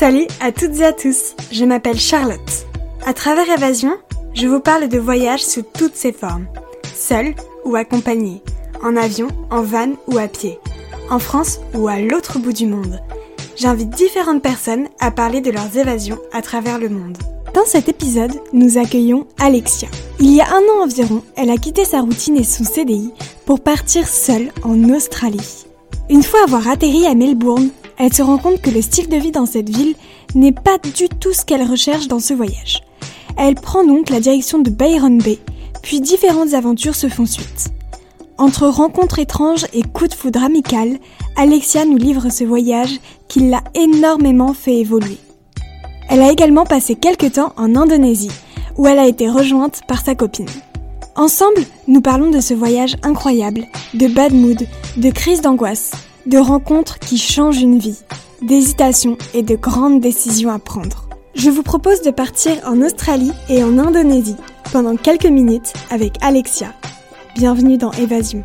Salut à toutes et à tous, je m'appelle Charlotte. À travers Évasion, je vous parle de voyages sous toutes ses formes. Seul ou accompagné, en avion, en van ou à pied, en France ou à l'autre bout du monde. J'invite différentes personnes à parler de leurs évasions à travers le monde. Dans cet épisode, nous accueillons Alexia. Il y a 1 an environ, elle a quitté sa routine et son CDI pour partir seule en Australie. Une fois avoir atterri à Melbourne, elle se rend compte que le style de vie dans cette ville n'est pas du tout ce qu'elle recherche dans ce voyage. Elle prend donc la direction de Byron Bay, puis différentes aventures se font suite. Entre rencontres étranges et coups de foudre amical, Alexia nous livre ce voyage qui l'a énormément fait évoluer. Elle a également passé quelques temps en Indonésie, où elle a été rejointe par sa copine. Ensemble, nous parlons de ce voyage incroyable, de bad mood, de crise d'angoisse, de rencontres qui changent une vie, d'hésitations et de grandes décisions à prendre. Je vous propose de partir en Australie et en Indonésie pendant quelques minutes avec Alexia. Bienvenue dans Évasion.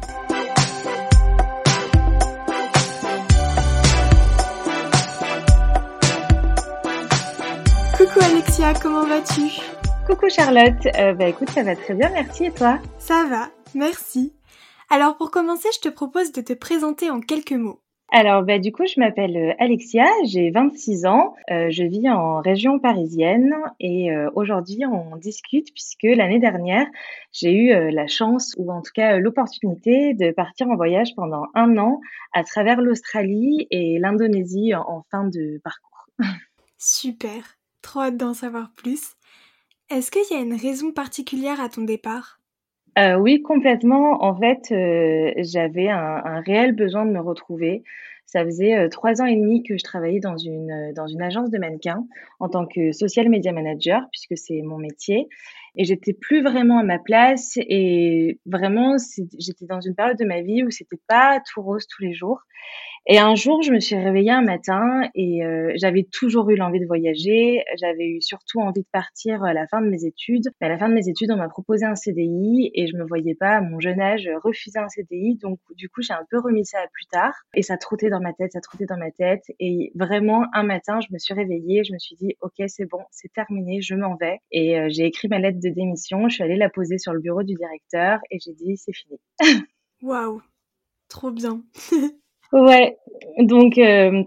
Coucou Alexia, comment vas-tu ? Coucou Charlotte, écoute, ça va très bien, merci, et toi ? Ça va, merci. Alors pour commencer, je te propose de te présenter en quelques mots. Alors du coup, je m'appelle Alexia, j'ai 26 ans, je vis en région parisienne et aujourd'hui on discute puisque l'année dernière, j'ai eu la chance ou en tout cas l'opportunité de partir en voyage pendant 1 an à travers l'Australie et l'Indonésie en fin de parcours. Super, trop hâte d'en savoir plus. Est-ce qu'il y a une raison particulière à ton départ ? Oui, complètement. En fait, j'avais un réel besoin de me retrouver. Ça faisait 3 ans et demi que je travaillais dans une agence de mannequins en tant que social media manager, puisque c'est mon métier. Et j'étais plus vraiment à ma place et vraiment, j'étais dans une période de ma vie où c'était pas tout rose tous les jours. Et un jour, je me suis réveillée un matin et j'avais toujours eu l'envie de voyager. J'avais eu surtout envie de partir à la fin de mes études. Mais à la fin de mes études, on m'a proposé un CDI et je me voyais pas, à mon jeune âge, refuser un CDI. Donc, du coup, j'ai un peu remis ça à plus tard. Et ça trottait dans ma tête, ça trottait dans ma tête. Et vraiment, un matin, je me suis réveillée. Je me suis dit, OK, c'est bon, c'est terminé, je m'en vais. Et j'ai écrit ma lettre de démission. Je suis allée la poser sur le bureau du directeur et j'ai dit, c'est fini. Waouh, trop bien. Ouais, donc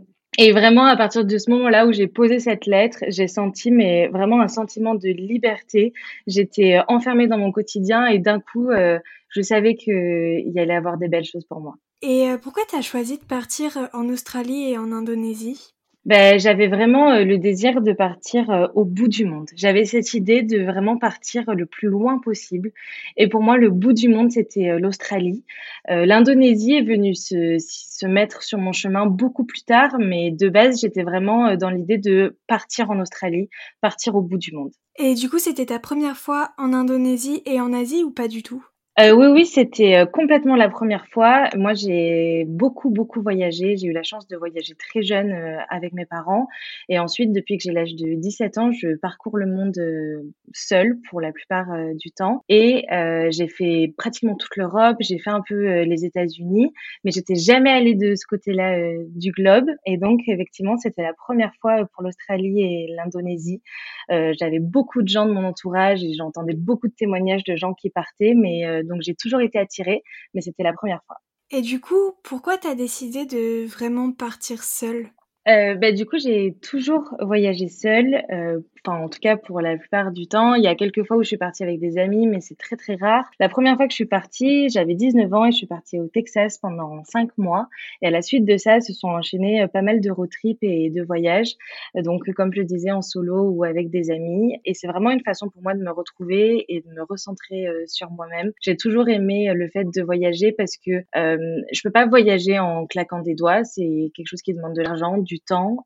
et vraiment à partir de ce moment-là où j'ai posé cette lettre, j'ai senti mais vraiment un sentiment de liberté. J'étais enfermée dans mon quotidien et d'un coup, je savais qu'il y allait avoir des belles choses pour moi. Et pourquoi t'as choisi de partir en Australie et en Indonésie ? J'avais vraiment le désir de partir au bout du monde. J'avais cette idée de vraiment partir le plus loin possible. Et pour moi, le bout du monde, c'était l'Australie. L'Indonésie est venue se mettre sur mon chemin beaucoup plus tard, mais de base, j'étais vraiment dans l'idée de partir en Australie, partir au bout du monde. Et du coup, c'était ta première fois en Indonésie et en Asie ou pas du tout ? Oui, c'était complètement la première fois. Moi, j'ai beaucoup, beaucoup voyagé. J'ai eu la chance de voyager très jeune avec mes parents. Et ensuite, depuis que j'ai l'âge de 17 ans, je parcours le monde seule pour la plupart du temps. Et j'ai fait pratiquement toute l'Europe. J'ai fait un peu les États-Unis, mais j'étais jamais allée de ce côté-là du globe. Et donc, effectivement, c'était la première fois pour l'Australie et l'Indonésie. J'avais beaucoup de gens de mon entourage et j'entendais beaucoup de témoignages de gens qui partaient, mais donc j'ai toujours été attirée, mais c'était la première fois. Et du coup, pourquoi t'as décidé de vraiment partir seule ? Du coup, j'ai toujours voyagé seule, en tout cas pour la plupart du temps. Il y a quelques fois où je suis partie avec des amis, mais c'est très, très rare. La première fois que je suis partie, j'avais 19 ans et je suis partie au Texas pendant 5 mois et à la suite de ça, se sont enchaînés pas mal de road trips et de voyages, donc comme je le disais, en solo ou avec des amis et c'est vraiment une façon pour moi de me retrouver et de me recentrer, sur moi-même. J'ai toujours aimé le fait de voyager parce que, je peux pas voyager en claquant des doigts, c'est quelque chose qui demande de l'argent, du temps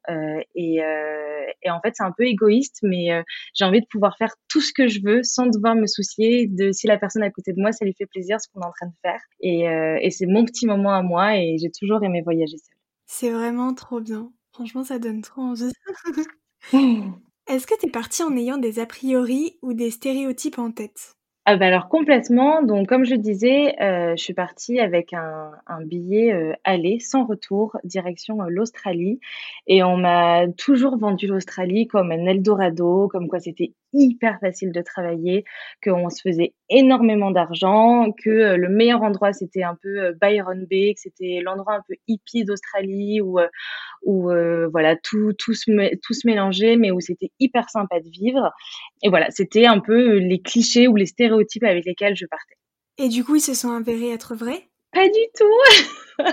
et en fait c'est un peu égoïste mais j'ai envie de pouvoir faire tout ce que je veux sans devoir me soucier de si la personne à côté de moi ça lui fait plaisir ce qu'on est en train de faire et c'est mon petit moment à moi et j'ai toujours aimé voyager seule. C'est vraiment trop bien. Franchement, ça donne trop envie. Est-ce que t'es partie en ayant des a priori ou des stéréotypes en tête ? Ah bah, alors complètement, donc comme je disais, je suis partie avec un billet, aller sans retour direction, l'Australie et on m'a toujours vendu l'Australie comme un eldorado, comme quoi c'était hyper facile de travailler, qu'on se faisait énormément d'argent, que, le meilleur endroit c'était un peu, Byron Bay, que c'était l'endroit un peu hippie d'Australie où voilà tout se mélangeait, mais où c'était hyper sympa de vivre et voilà, c'était un peu, les clichés ou les stéréotypes avec lesquels je partais. Et du coup, ils se sont avérés être vrais? Pas du tout,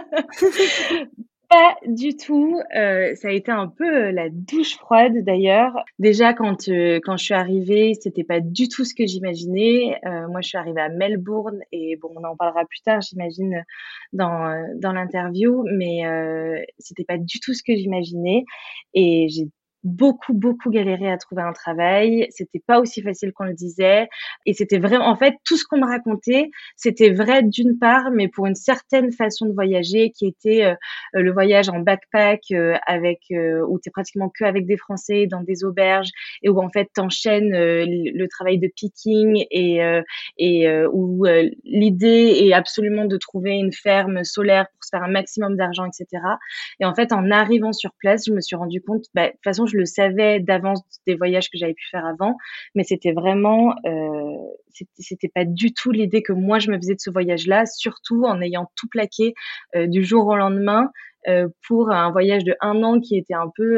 pas du tout, ça a été un peu, la douche froide d'ailleurs. Déjà quand je suis arrivée, c'était pas du tout ce que j'imaginais. Moi je suis arrivée à Melbourne et bon, on en parlera plus tard j'imagine, dans l'interview, mais c'était pas du tout ce que j'imaginais et j'ai beaucoup, beaucoup galéré à trouver un travail. C'était pas aussi facile qu'on le disait et c'était vraiment en fait, tout ce qu'on me racontait, c'était vrai d'une part, mais pour une certaine façon de voyager qui était, le voyage en backpack avec où tu es pratiquement que avec des Français dans des auberges et où en fait t'enchaînes le travail de picking et où l'idée est absolument de trouver une ferme solaire pour se faire un maximum d'argent, etc. Et en fait, en arrivant sur place, je me suis rendu compte, bah, de toute façon, je le savais d'avance des voyages que j'avais pu faire avant, mais c'était vraiment, c'était pas du tout l'idée que moi je me faisais de ce voyage-là, surtout en ayant tout plaqué du jour au lendemain pour un voyage de 1 an qui était un peu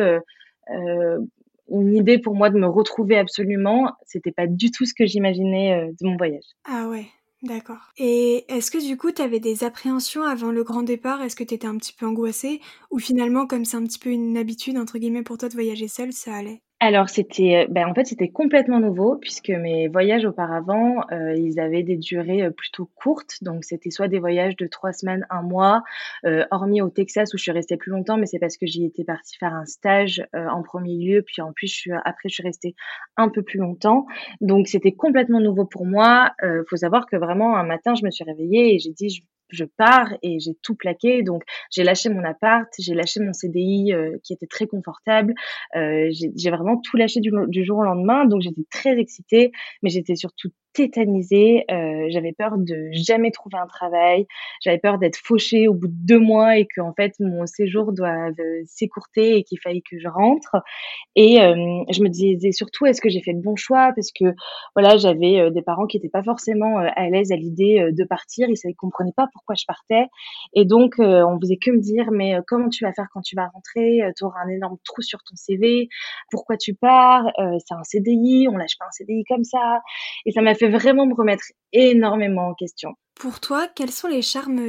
une idée pour moi de me retrouver absolument. C'était pas du tout ce que j'imaginais de mon voyage. Ah ouais, d'accord. Et est-ce que du coup, t'avais des appréhensions avant le grand départ? Est-ce que t'étais un petit peu angoissée? Ou finalement, comme c'est un petit peu une habitude, entre guillemets, pour toi de voyager seule, ça allait? Alors c'était, en fait, c'était complètement nouveau puisque mes voyages auparavant, ils avaient des durées, plutôt courtes. Donc c'était soit des voyages de 3 semaines, 1 mois, hormis au Texas où je suis restée plus longtemps, mais c'est parce que j'y étais partie faire un stage, en premier lieu, puis en plus je suis restée un peu plus longtemps. Donc c'était complètement nouveau pour moi. Faut savoir que vraiment un matin, je me suis réveillée et j'ai dit: «Je pars» et j'ai tout plaqué. Donc j'ai lâché mon appart, j'ai lâché mon CDI, qui était très confortable. J'ai vraiment tout lâché du jour au lendemain, donc j'étais très excitée, mais j'étais surtout tétanisée. J'avais peur de jamais trouver un travail, j'avais peur d'être fauchée au bout de 2 mois et qu'en fait mon séjour doive, s'écourter et qu'il fallait que je rentre et je me disais surtout: «Est-ce que j'ai fait le bon choix?» parce que voilà, j'avais, des parents qui étaient pas forcément, à l'aise à l'idée, de partir. Ils comprenaient pas pourquoi je partais et donc on faisait que me dire: «Mais, comment tu vas faire quand tu vas rentrer? Tu auras un énorme trou sur ton CV. Pourquoi tu pars? C'est un CDI, on lâche pas un CDI comme ça» et ça m'a fait vraiment me remettre énormément en question. Pour toi, quels sont les charmes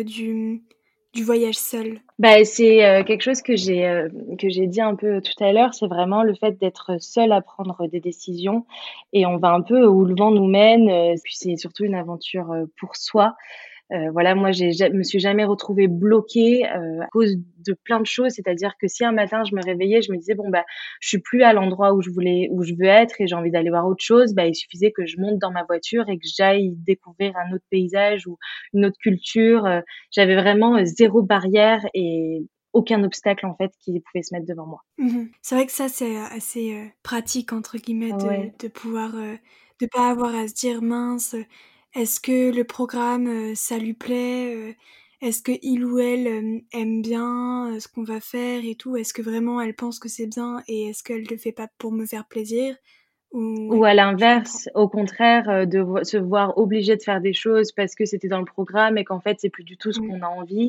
du voyage seul? Bah, c'est, quelque chose que j'ai dit un peu tout à l'heure, c'est vraiment le fait d'être seule à prendre des décisions et on va un peu où le vent nous mène, puis c'est surtout une aventure, pour soi. Voilà, moi, me suis jamais retrouvée bloquée, à cause de plein de choses. C'est-à-dire que si un matin je me réveillais, je me disais: «Bon, bah, je suis plus à l'endroit où je veux être et j'ai envie d'aller voir autre chose», bah, il suffisait que je monte dans ma voiture et que j'aille découvrir un autre paysage ou une autre culture. J'avais vraiment, 0 barrière et aucun obstacle, en fait, qui pouvait se mettre devant moi. Mmh. C'est vrai que ça, c'est assez, «pratique» entre guillemets Ouais. de pouvoir, de pas avoir à se dire: «Mince, est-ce que le programme, ça lui plaît? Est-ce qu'il ou elle, aime bien, ce qu'on va faire et tout? Est-ce que vraiment elle pense que c'est bien et est-ce qu'elle le fait pas pour me faire plaisir?» Ou Ou ouais, à je comprends. l'inverse, au contraire, de se voir obligé de faire des choses parce que c'était dans le programme et qu'en fait, c'est plus du tout ce Mmh. qu'on a envie.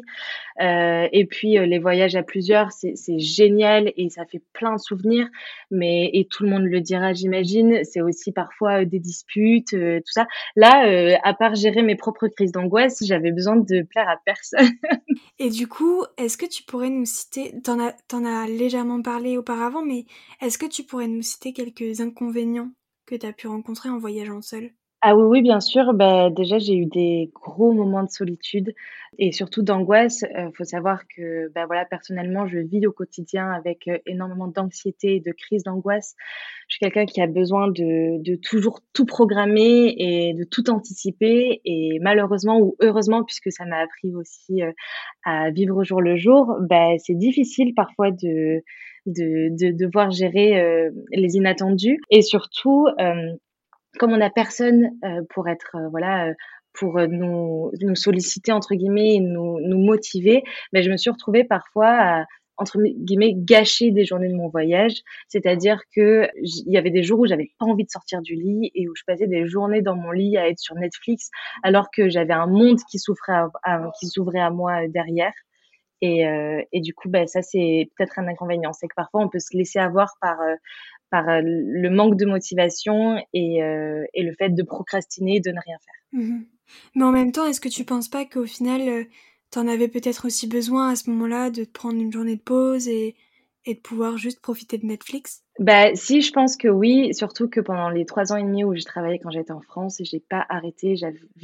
Et puis, les voyages à plusieurs, c'est génial et ça fait plein de souvenirs, mais et tout le monde le dira, j'imagine, c'est aussi parfois, des disputes, tout ça. Là, à part gérer mes propres crises d'angoisse, j'avais besoin de plaire à personne. Et du coup, est-ce que tu pourrais nous citer, t'en as légèrement parlé auparavant, mais est-ce que tu pourrais nous citer quelques inconvénients que tu as pu rencontrer en voyageant seule? Ah oui, oui, bien sûr. Bah, déjà, j'ai eu des gros moments de solitude et surtout d'angoisse. Faut savoir que, bah, voilà, personnellement, je vis au quotidien avec, énormément d'anxiété et de crises d'angoisse. Je suis quelqu'un qui a besoin de toujours tout programmer et de tout anticiper et malheureusement ou heureusement, puisque ça m'a appris aussi, à vivre au jour le jour, bah, c'est difficile parfois de devoir gérer, les inattendus et surtout, comme on n'a personne pour être pour nous solliciter entre guillemets et nous motiver, mais je me suis retrouvée parfois à entre guillemets gâcher des journées de mon voyage, c'est-à-dire que il y avait des jours où j'avais pas envie de sortir du lit et où je passais des journées dans mon lit à être sur Netflix alors que j'avais un monde qui qui s'ouvrait à moi derrière. Et du coup, ça c'est peut-être un inconvénient, c'est que parfois on peut se laisser avoir par le manque de motivation et le fait de procrastiner, de ne rien faire. Mhm. Mais en même temps, est-ce que tu penses pas qu'au final, t'en avais peut-être aussi besoin à ce moment-là de te prendre une journée de pause et de pouvoir juste profiter de Netflix? Si, je pense que oui, surtout que pendant les 3 ans et demi où je travaillais quand j'étais en France, j'ai pas arrêté.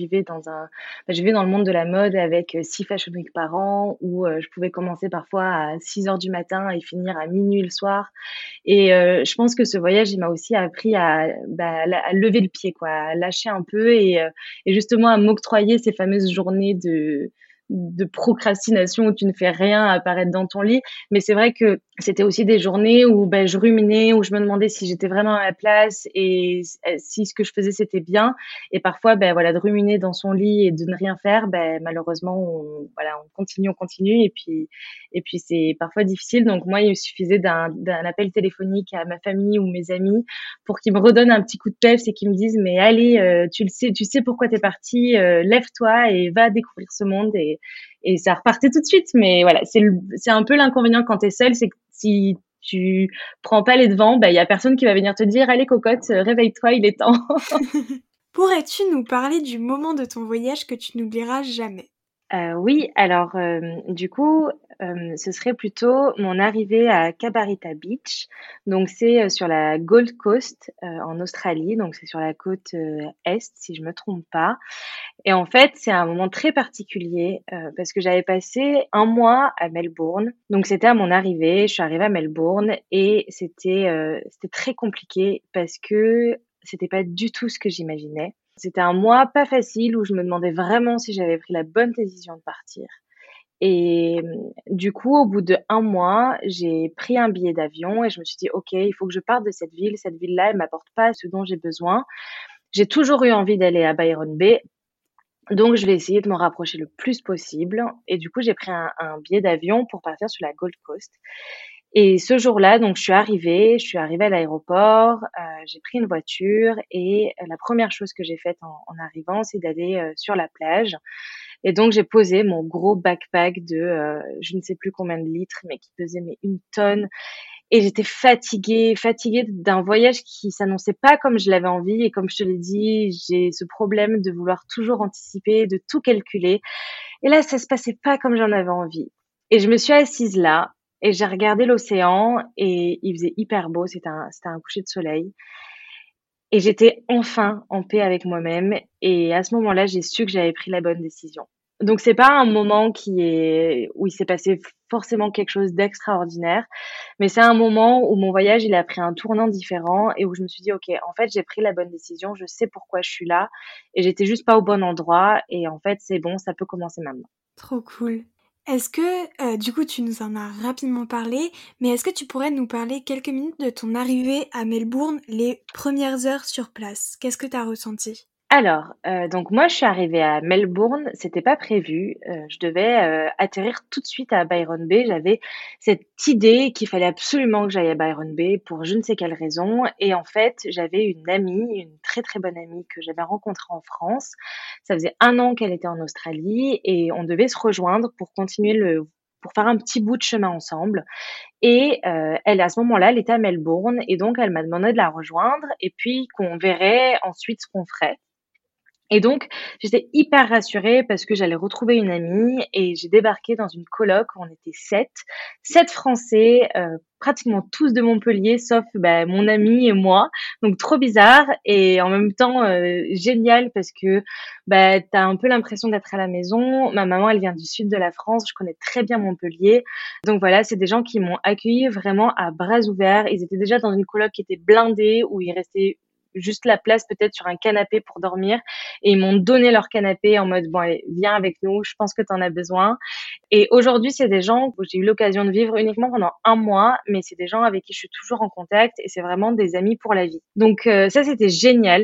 Je vivais dans le monde de la mode avec 6 fashion week par an où je pouvais commencer parfois à 6 heures du matin et finir à minuit le soir. Je pense que ce voyage, il m'a aussi appris à lever le pied, quoi, à lâcher un peu et justement à m'octroyer ces fameuses journées de procrastination où tu ne fais rien apparaître dans ton lit. Mais c'est vrai que c'était aussi des journées où je ruminais, où je me demandais si j'étais vraiment à la place et si ce que je faisais c'était bien. Et parfois, de ruminer dans son lit et de ne rien faire, malheureusement, on continue. Et puis c'est parfois difficile. Donc moi, il suffisait d'un appel téléphonique à ma famille ou mes amis pour qu'ils me redonnent un petit coup de peps et qu'ils me disent mais allez, tu sais pourquoi t'es parti, lève-toi et va découvrir ce monde et ça repartait tout de suite. Mais voilà, c'est un peu l'inconvénient quand t'es seule, c'est que si tu prends pas les devants, il y a personne qui va venir te dire allez cocotte, réveille-toi, il est temps. Pourrais-tu nous parler du moment de ton voyage que tu n'oublieras jamais? Oui, alors, du coup, ce serait plutôt mon arrivée à Cabarita Beach. Donc c'est, sur la Gold Coast, en Australie, donc c'est sur la côte, est, si je me trompe pas. Et en fait, c'est un moment très particulier, parce que j'avais passé un mois à Melbourne. Donc c'était à mon arrivée, je suis arrivée à Melbourne et c'était très compliqué parce que c'était pas du tout ce que j'imaginais. C'était un mois pas facile où je me demandais vraiment si j'avais pris la bonne décision de partir. Du coup, au bout de un mois, j'ai pris un billet d'avion et je me suis dit: «OK, il faut que je parte de cette ville. Cette ville-là, elle m'apporte pas ce dont j'ai besoin». J'ai toujours eu envie d'aller à Byron Bay, donc je vais essayer de m'en rapprocher le plus possible et du coup, j'ai pris un billet d'avion pour partir sur la Gold Coast et ce jour-là, donc je suis arrivée à l'aéroport, j'ai pris une voiture et la première chose que j'ai faite en arrivant, c'est d'aller, sur la plage et donc j'ai posé mon gros backpack de, je ne sais plus combien de litres, mais qui pesait mais une tonne et j'étais fatiguée d'un voyage qui s'annonçait pas comme je l'avais envie et comme je te l'ai dit, j'ai ce problème de vouloir toujours anticiper, de tout calculer et là, ça se passait pas comme j'en avais envie et je me suis assise là et j'ai regardé l'océan et il faisait hyper beau, c'était un coucher de soleil et j'étais enfin en paix avec moi-même et à ce moment-là, j'ai su que j'avais pris la bonne décision. Donc c'est pas un moment où il s'est passé forcément quelque chose d'extraordinaire, mais c'est un moment où mon voyage, il a pris un tournant différent et où je me suis dit: «OK, en fait, j'ai pris la bonne décision, je sais pourquoi je suis là et j'étais juste pas au bon endroit et en fait, c'est bon, ça peut commencer maintenant». Trop cool. Est-ce que, du coup, tu nous en as rapidement parlé, mais est-ce que tu pourrais nous parler quelques minutes de ton arrivée à Melbourne, les premières heures sur place? Qu'est-ce que tu as ressenti? Alors, donc moi, je suis arrivée à Melbourne, c'était pas prévu, je devais, atterrir tout de suite à Byron Bay. J'avais cette idée qu'il fallait absolument que j'aille à Byron Bay pour je ne sais quelle raison et en fait, j'avais une amie, une très, très bonne amie que j'avais rencontrée en France. Ça faisait un an qu'elle était en Australie et on devait se rejoindre pour faire un petit bout de chemin ensemble elle, à ce moment-là, elle était à Melbourne et donc elle m'a demandé de la rejoindre et puis qu'on verrait ensuite ce qu'on ferait. Et donc, j'étais hyper rassurée parce que j'allais retrouver une amie et j'ai débarqué dans une coloc où on était 7 Français, pratiquement tous de Montpellier sauf, mon ami et moi. Donc trop bizarre et en même temps, génial parce que, tu as un peu l'impression d'être à la maison. Ma maman, elle vient du sud de la France, je connais très bien Montpellier. Donc voilà, c'est des gens qui m'ont accueillie vraiment à bras ouverts. Ils étaient déjà dans une coloc qui était blindée où il restait juste la place peut-être sur un canapé pour dormir et ils m'ont donné leur canapé en mode bon allez viens avec nous, je pense que tu en as besoin. Et aujourd'hui c'est des gens où j'ai eu l'occasion de vivre uniquement pendant un mois, mais c'est des gens avec qui je suis toujours en contact et c'est vraiment des amis pour la vie. Donc ça c'était génial.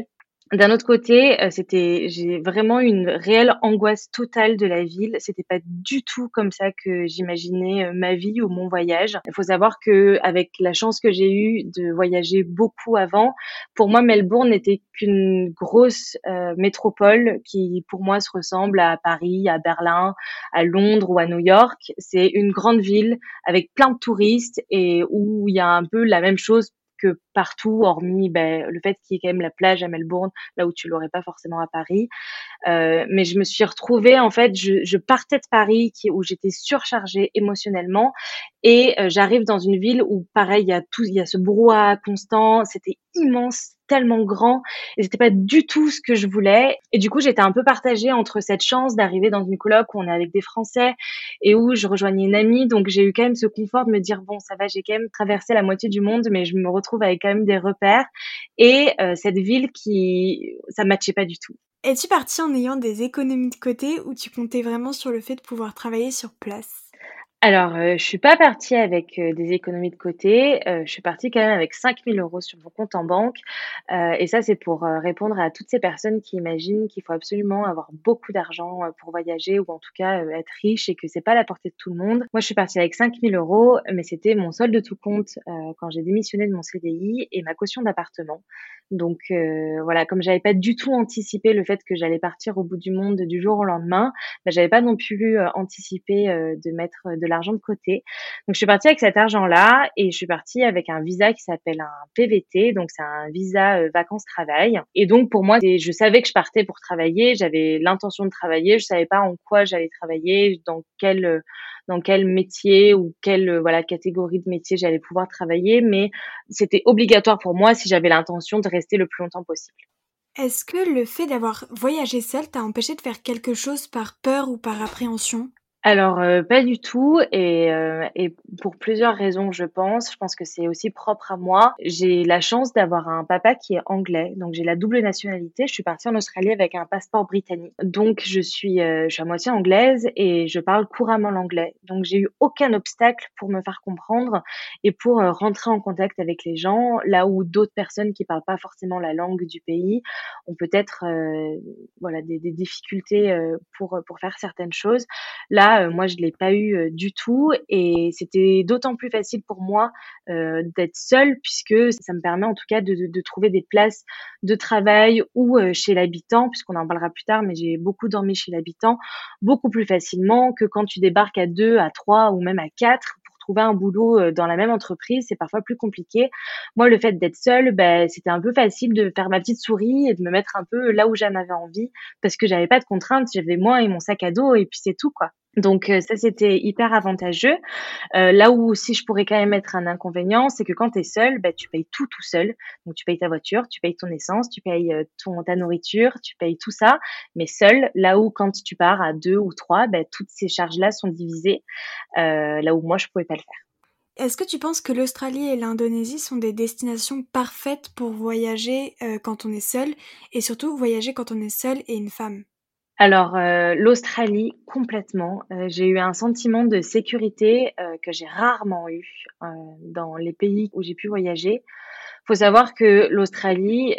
D'un autre côté, j'ai vraiment une réelle angoisse totale de la ville. C'était pas du tout comme ça que j'imaginais, ma vie ou mon voyage. Il faut savoir qu'avec la chance que j'ai eue de voyager beaucoup avant, pour moi, Melbourne n'était qu'une grosse, métropole qui, pour moi, se ressemble à Paris, à Berlin, à Londres ou à New York. C'est une grande ville avec plein de touristes et où il y a un peu la même chose que partout, hormis, le fait qu'il y ait quand même la plage à Melbourne, là où tu l'aurais pas forcément à Paris. Mais je me suis retrouvée, en fait, je partais de Paris où j'étais surchargée émotionnellement et j'arrive dans une ville où pareil, il y a ce brouhaha constant, c'était immense, tellement grand et c'était pas du tout ce que je voulais. Et du coup, j'étais un peu partagée entre cette chance d'arriver dans une coloc où on est avec des Français et où je rejoignais une amie. Donc j'ai eu quand même ce confort de me dire bon, ça va, j'ai quand même traversé la moitié du monde, mais je me retrouve avec quand même des repères et cette ville qui ça matchait pas du tout. Es-tu partie en ayant des économies de côté ou tu comptais vraiment sur le fait de pouvoir travailler sur place? Alors, je suis pas partie avec, des économies de côté, je suis partie quand même avec 5 000 € sur mon compte en banque, et ça, c'est pour, répondre à toutes ces personnes qui imaginent qu'il faut absolument avoir beaucoup d'argent, pour voyager ou en tout cas, être riche et que c'est pas à la portée de tout le monde. Moi, je suis partie avec 5 000 €, mais c'était mon solde de tout compte, quand j'ai démissionné de mon CDI et ma caution d'appartement. Donc, voilà, comme j'avais pas du tout anticipé le fait que j'allais partir au bout du monde du jour au lendemain, j'avais pas non plus anticipé de mettre de l'argent de côté. Donc je suis partie avec cet argent-là et je suis partie avec un visa qui s'appelle un PVT, donc c'est un visa vacances-travail. Et donc pour moi, je savais que je partais pour travailler, j'avais l'intention de travailler, je savais pas en quoi j'allais travailler, dans quel métier ou quelle voilà catégorie de métier j'allais pouvoir travailler, mais c'était obligatoire pour moi si j'avais l'intention de rester le plus longtemps possible. Est-ce que le fait d'avoir voyagé seule t'a empêché de faire quelque chose par peur ou par appréhension? Alors, pas du tout et pour plusieurs raisons, je pense. Je pense que c'est aussi propre à moi. J'ai la chance d'avoir un papa qui est anglais, donc j'ai la double nationalité. Je suis partie en Australie avec un passeport britannique. Donc je suis à moitié anglaise et je parle couramment l'anglais. Donc j'ai eu aucun obstacle pour me faire comprendre et pour, rentrer en contact avec les gens, là où d'autres personnes qui parlent pas forcément la langue du pays ont peut-être, voilà des difficultés, pour faire certaines choses. Là, moi, je l'ai pas eu, du tout et c'était d'autant plus facile pour moi, d'être seule puisque ça me permet en tout cas de trouver des places de travail ou, chez l'habitant, puisqu'on en parlera plus tard, mais j'ai beaucoup dormi chez l'habitant, beaucoup plus facilement que quand tu débarques à 2, à 3 ou même à 4 pour trouver un boulot, dans la même entreprise, c'est parfois plus compliqué. Moi, le fait d'être seule, c'était un peu facile de faire ma petite souris et de me mettre un peu là où j'en avais envie parce que j'avais pas de contraintes, j'avais moi et mon sac à dos et puis c'est tout, quoi. Donc ça, c'était hyper avantageux. Là où aussi je pourrais quand même être un inconvénient, c'est que quand tu es seul, tu payes tout seul. Donc tu payes ta voiture, tu payes ton essence, tu payes, ta nourriture, tu payes tout ça, mais seul. Là où quand tu pars à 2 ou 3, toutes ces charges-là sont divisées, là où moi je pouvais pas le faire. Est-ce que tu penses que l'Australie et l'Indonésie sont des destinations parfaites pour voyager quand on est seul et surtout voyager quand on est seul et une femme? Alors, l'Australie complètement, j'ai eu un sentiment de sécurité, que j'ai rarement eu, dans les pays où j'ai pu voyager. Faut savoir que l'Australie,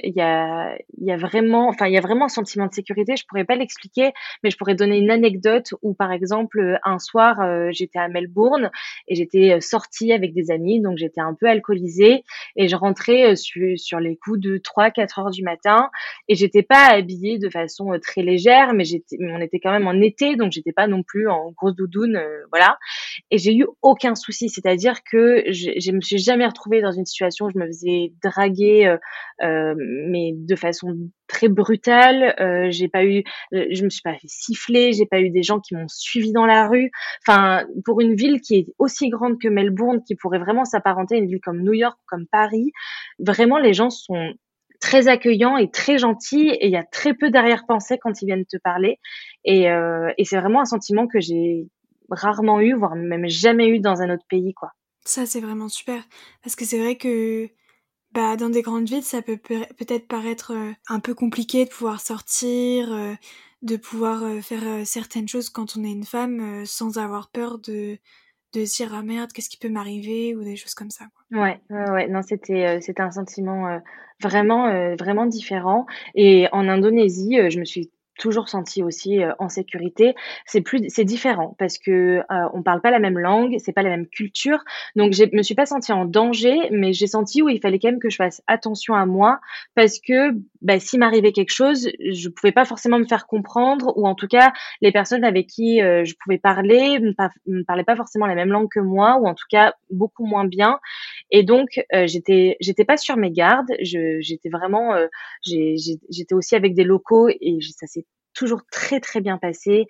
il y a vraiment un sentiment de sécurité. Je pourrais pas l'expliquer, mais je pourrais donner une anecdote où, par exemple, un soir, j'étais à Melbourne et j'étais sortie avec des amis, donc j'étais un peu alcoolisée et je rentrais sur les coups de 3-4 heures du matin et j'étais pas habillée de façon très légère, mais on était quand même en été, donc j'étais pas non plus en grosse doudoune, voilà. Et j'ai eu aucun souci, c'est-à-dire que je me suis jamais retrouvée dans une situation où je me faisais draguer, mais de façon très brutale. J'ai pas eu, je me suis pas fait siffler, j'ai pas eu des gens qui m'ont suivie dans la rue. Enfin, pour une ville qui est aussi grande que Melbourne, qui pourrait vraiment s'apparenter à une ville comme New York ou comme Paris, vraiment les gens sont très accueillants et très gentils et il y a très peu d'arrière-pensée quand ils viennent te parler et c'est vraiment un sentiment que j'ai rarement eu, voire même jamais eu dans un autre pays, quoi. Ça, c'est vraiment super. Parce que c'est vrai que dans des grandes villes, ça peut-être paraître un peu compliqué de pouvoir sortir, de pouvoir faire certaines choses quand on est une femme sans avoir peur de de se dire ah merde, qu'est-ce qui peut m'arriver ou des choses comme ça, quoi. Ouais. Non, c'était un sentiment, vraiment différent et en Indonésie, je me suis toujours sentie aussi, en sécurité. C'est différent parce que, on parle pas la même langue, c'est pas la même culture, donc je me suis pas sentie en danger, mais j'ai senti, oui, il fallait quand même que je fasse attention à moi parce que, bah, s'il m'arrivait quelque chose, je pouvais pas forcément me faire comprendre ou en tout cas, les personnes avec qui, je pouvais parler me parlaient pas forcément la même langue que moi ou en tout cas beaucoup moins bien et donc, j'étais pas sur mes gardes. J'étais vraiment, j'étais aussi avec des locaux et ça s'est toujours très, très bien passé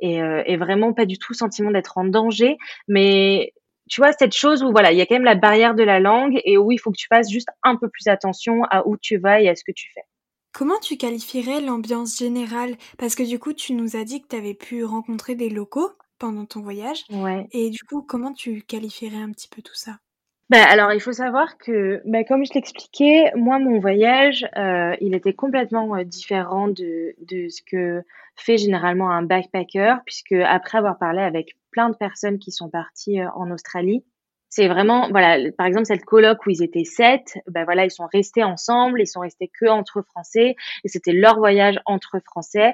et vraiment pas du tout sentiment d'être en danger. Mais tu vois, cette chose où voilà, il y a quand même la barrière de la langue et où il faut que tu fasses juste un peu plus attention à où tu vas et à ce que tu fais. Comment tu qualifierais l'ambiance générale? Parce que du coup, tu nous as dit que tu avais pu rencontrer des locaux pendant ton voyage Ouais. et du coup, comment tu qualifierais un petit peu tout ça? Bah, alors, il faut savoir que, bah, comme je l'expliquais, moi, mon voyage, il était complètement, différent de ce que fait généralement un backpacker puisque après avoir parlé avec plein de personnes qui sont parties, en Australie, c'est vraiment voilà, par exemple, cette coloc où ils étaient 7, bah, voilà, ils sont restés ensemble, ils sont restés que entre Français et c'était leur voyage entre Français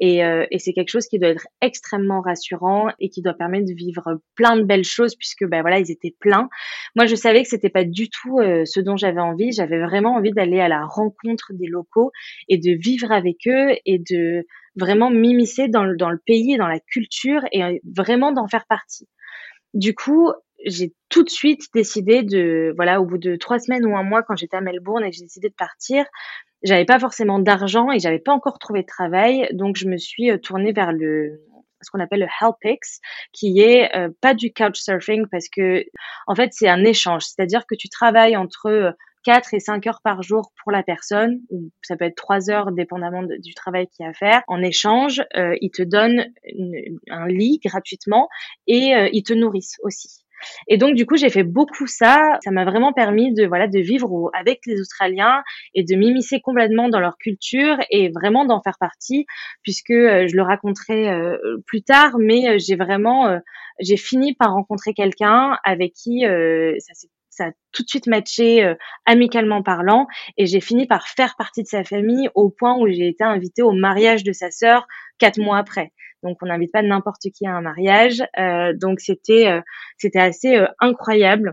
et c'est quelque chose qui doit être extrêmement rassurant et qui doit permettre de vivre plein de belles choses puisque, bah, voilà, ils étaient pleins. Moi, je savais que c'était pas du tout, ce dont j'avais envie. J'avais vraiment envie d'aller à la rencontre des locaux et de vivre avec eux et de vraiment m'immiscer dans le pays et dans la culture et vraiment d'en faire partie. Du coup, j'ai tout de suite décidé de voilà, au bout de 3 semaines ou un mois quand j'étais à Melbourne et que j'ai décidé de partir, j'avais pas forcément d'argent et j'avais pas encore trouvé de travail, donc je me suis, tournée vers le ce qu'on appelle le HelpX, qui est, pas du couchsurfing parce que en fait, c'est un échange. C'est-à-dire que tu travailles entre, 4 et 5 heures par jour pour la personne, ou ça peut être 3 heures dépendamment du travail qu'il y a à faire. En échange, ils te donnent un lit gratuitement et ils te nourrissent aussi. Et donc du coup, j'ai fait beaucoup ça. Ça m'a vraiment permis de voilà de vivre avec les Australiens et de m'immiscer complètement dans leur culture et vraiment d'en faire partie, puisque je le raconterai plus tard, mais j'ai fini par rencontrer quelqu'un avec qui ça a tout de suite matché amicalement parlant et j'ai fini par faire partie de sa famille au point où j'ai été invitée au mariage de sa sœur 4 mois après. Donc on n'invite pas n'importe qui à un mariage, donc c'était assez incroyable.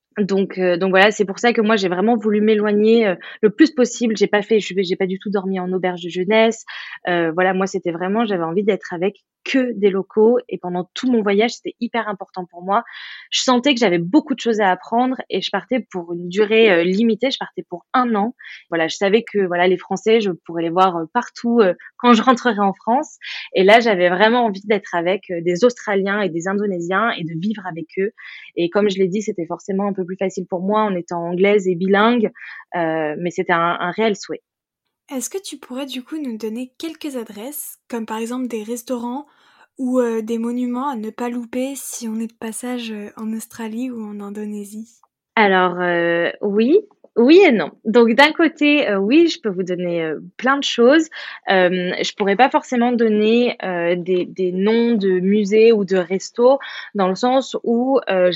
Donc voilà, c'est pour ça que moi j'ai vraiment voulu m'éloigner le plus possible. J'ai pas du tout dormi en auberge de jeunesse. Voilà, moi c'était vraiment, j'avais envie d'être avec que des locaux et pendant tout mon voyage c'était hyper important pour moi. Je sentais que j'avais beaucoup de choses à apprendre et je partais pour une durée limitée. Je partais pour un an. Voilà, je savais que voilà les Français, je pourrais les voir partout quand je rentrerai en France. Et là j'avais vraiment envie d'être avec des Australiens et des Indonésiens et de vivre avec eux. Et comme je l'ai dit, c'était forcément un peu plus facile pour moi en étant anglaise et bilingue, mais c'était un réel souhait. Est-ce que tu pourrais du coup nous donner quelques adresses, comme par exemple des restaurants ou des monuments à ne pas louper si on est de passage en Australie ou en Indonésie? Alors, oui, oui et non. Donc d'un côté, oui, je peux vous donner, plein de choses. Je pourrais pas forcément donner, des noms de musées ou de restos dans le sens où,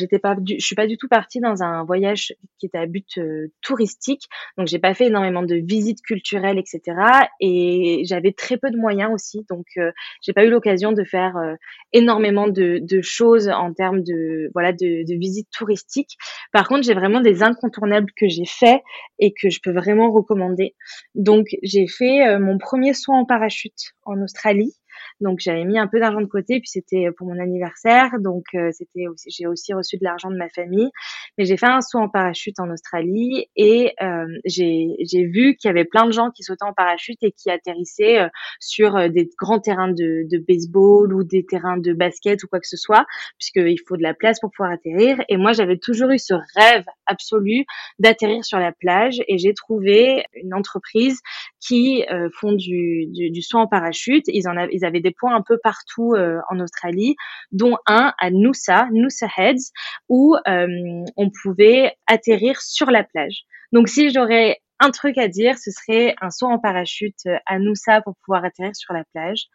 je suis pas du tout partie dans un voyage qui était à but, touristique. Donc j'ai pas fait énormément de visites culturelles et cetera et j'avais très peu de moyens aussi. Donc, j'ai pas eu l'occasion de faire, énormément de choses en termes de, voilà, de visites touristiques. Par contre, j'ai vraiment des incontournables que j'ai fait et que je peux vraiment recommander. Donc, j'ai fait mon premier saut en parachute en Australie. Donc, j'avais mis un peu d'argent de côté, puis c'était pour mon anniversaire. Donc, j'ai aussi reçu de l'argent de ma famille. Mais j'ai fait un saut en parachute en Australie et j'ai vu qu'il y avait plein de gens qui sautaient en parachute et qui atterrissaient sur des grands terrains de baseball ou des terrains de basket ou quoi que ce soit puisqu'il faut de la place pour pouvoir atterrir. Et moi, j'avais toujours eu ce rêve absolu d'atterrir sur la plage et j'ai trouvé une entreprise qui font du saut en parachute. Ils avaient des points un peu partout en Australie, dont un à Noosa Heads, où on pouvait atterrir sur la plage. Donc, si j'aurais un truc à dire, ce serait un saut en parachute à Noosa pour pouvoir atterrir sur la plage.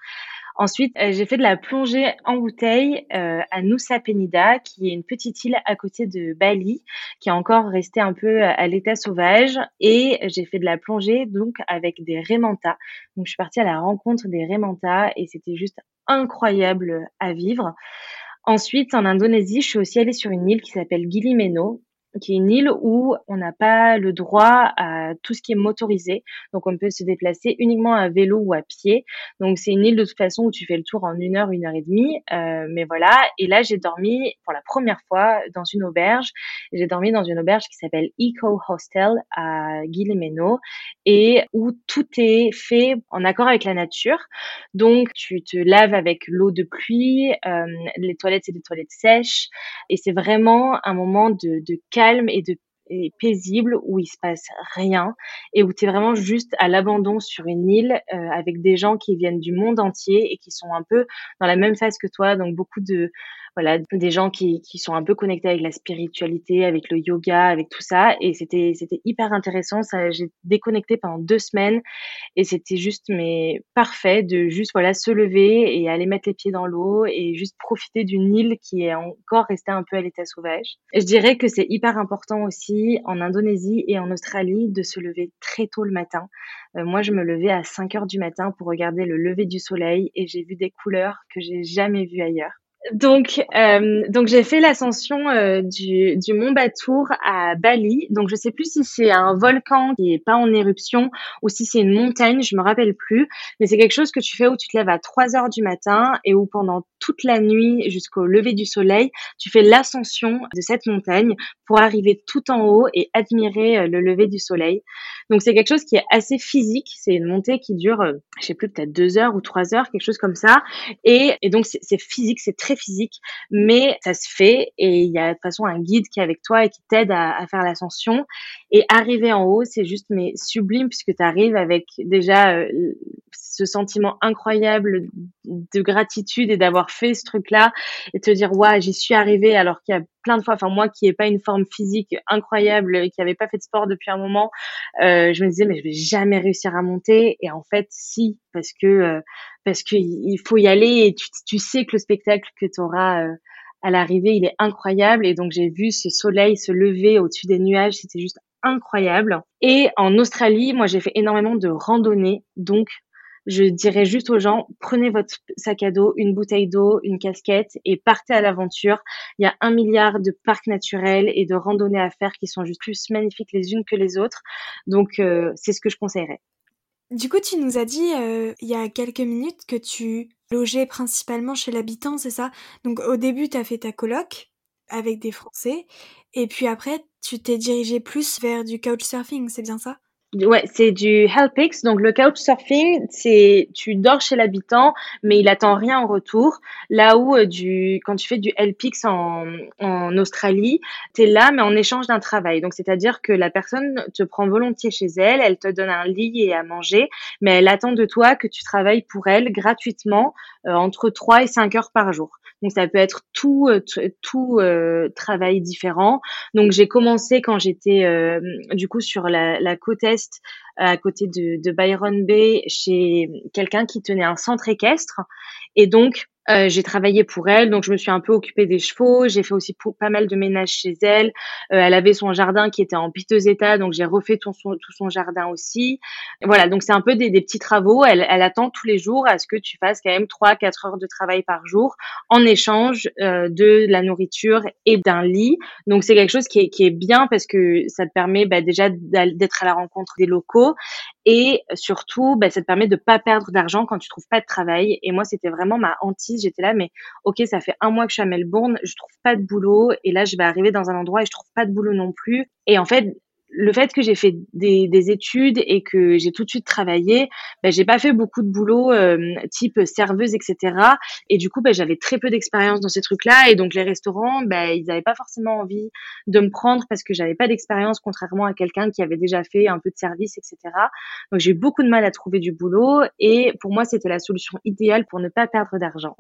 Ensuite, j'ai fait de la plongée en bouteille, à Nusa Penida, qui est une petite île à côté de Bali, qui est encore restée un peu à l'état sauvage. Et j'ai fait de la plongée donc avec des raies manta. Donc je suis partie à la rencontre des raies manta et c'était juste incroyable à vivre. Ensuite, en Indonésie, je suis aussi allée sur une île qui s'appelle Gili Meno, qui est une île où on n'a pas le droit à tout ce qui est motorisé. Donc, on peut se déplacer uniquement à vélo ou à pied. Donc, c'est une île de toute façon où tu fais le tour en 1 et demie. Mais voilà. Et là, j'ai dormi pour la première fois dans une auberge. J'ai dormi dans une auberge qui s'appelle Eco Hostel à Gili Meno et où tout est fait en accord avec la nature. Donc, tu te laves avec l'eau de pluie. Les toilettes, c'est des toilettes sèches. Et c'est vraiment un moment de calme et paisible où il se passe rien et où tu es vraiment juste à l'abandon sur une île avec des gens qui viennent du monde entier et qui sont un peu dans la même phase que toi. Donc beaucoup de voilà des gens qui sont un peu connectés avec la spiritualité, avec le yoga, avec tout ça. Et c'était hyper intéressant. Ça, j'ai déconnecté pendant 2 semaines et c'était juste mais parfait de juste voilà se lever et aller mettre les pieds dans l'eau et juste profiter d'une île qui est encore restée un peu à l'état sauvage. Et je dirais que c'est hyper important aussi en Indonésie et en Australie de se lever très tôt le matin. Moi, je me levais à 5 heures du matin pour regarder le lever du soleil et j'ai vu des couleurs que j'ai jamais vues ailleurs. Donc j'ai fait l'ascension du mont Batour à Bali. Donc je sais plus si c'est un volcan qui est pas en éruption ou si c'est une montagne, je me rappelle plus. Mais c'est quelque chose que tu fais où tu te lèves à 3 heures du matin et où pendant toute la nuit jusqu'au lever du soleil, tu fais l'ascension de cette montagne pour arriver tout en haut et admirer le lever du soleil. Donc c'est quelque chose qui est assez physique. C'est une montée qui dure, je sais plus, peut-être 2 heures ou 3 heures, quelque chose comme ça. Et donc c'est physique, c'est très physique, mais ça se fait et il y a de toute façon un guide qui est avec toi et qui t'aide à faire l'ascension. Et arriver en haut, c'est juste mais sublime puisque tu arrives avec déjà ce sentiment incroyable de gratitude et d'avoir fait ce truc-là et te dire ouais j'y suis arrivée alors qu'il y a plein de fois, enfin moi qui n'ai pas une forme physique incroyable et qui n'avait pas fait de sport depuis un moment, je me disais mais je vais jamais réussir à monter et en fait si parce que il faut y aller et tu sais que le spectacle que tu auras à l'arrivée, il est incroyable. Et donc, j'ai vu ce soleil se lever au-dessus des nuages. C'était juste incroyable. Et en Australie, moi, j'ai fait énormément de randonnées. Donc, je dirais juste aux gens, prenez votre sac à dos, une bouteille d'eau, une casquette et partez à l'aventure. Il y a 1 milliard de parcs naturels et de randonnées à faire qui sont juste plus magnifiques les unes que les autres. Donc, c'est ce que je conseillerais. Du coup, tu nous as dit il y a quelques minutes que tu logeais principalement chez l'habitant, c'est ça? Donc au début, tu as fait ta coloc avec des Français, et puis après, tu t'es dirigé plus vers du couchsurfing, c'est bien ça? Ouais, c'est du Helpix. Donc le couchsurfing, c'est tu dors chez l'habitant, mais il attend rien en retour. Là où quand tu fais du Helpix en Australie, t'es là, mais en échange d'un travail. Donc c'est-à-dire que la personne te prend volontiers chez elle, elle te donne un lit et à manger, mais elle attend de toi que tu travailles pour elle gratuitement entre 3 et 5 heures par jour. Donc ça peut être tout travail différent. Donc j'ai commencé quand j'étais du coup sur la côte est à côté de Byron Bay chez quelqu'un qui tenait un centre équestre et donc j'ai travaillé pour elle, donc je me suis un peu occupée des chevaux. J'ai fait aussi pas mal de ménage chez elle. Elle avait son jardin qui était en piteux état, donc j'ai refait tout son jardin aussi. Voilà, donc c'est un peu des petits travaux. Elle attend tous les jours à ce que tu fasses quand même 3-4 heures de travail par jour en échange de la nourriture et d'un lit. Donc c'est quelque chose qui est bien parce que ça te permet déjà d'être à la rencontre des locaux et surtout ça te permet de pas perdre d'argent quand tu trouves pas de travail. Et moi c'était vraiment ma hantise. J'étais là mais ok ça fait 1 mois que je suis à Melbourne, je trouve pas de boulot et là je vais arriver dans un endroit et je trouve pas de boulot non plus. Et en fait le fait que j'ai fait des études et que j'ai tout de suite travaillé, j'ai pas fait beaucoup de boulot type serveuse, etc. Et du coup, j'avais très peu d'expérience dans ces trucs-là. Et donc, les restaurants, ils n'avaient pas forcément envie de me prendre parce que j'avais pas d'expérience, contrairement à quelqu'un qui avait déjà fait un peu de service, etc. Donc, j'ai eu beaucoup de mal à trouver du boulot. Et pour moi, c'était la solution idéale pour ne pas perdre d'argent.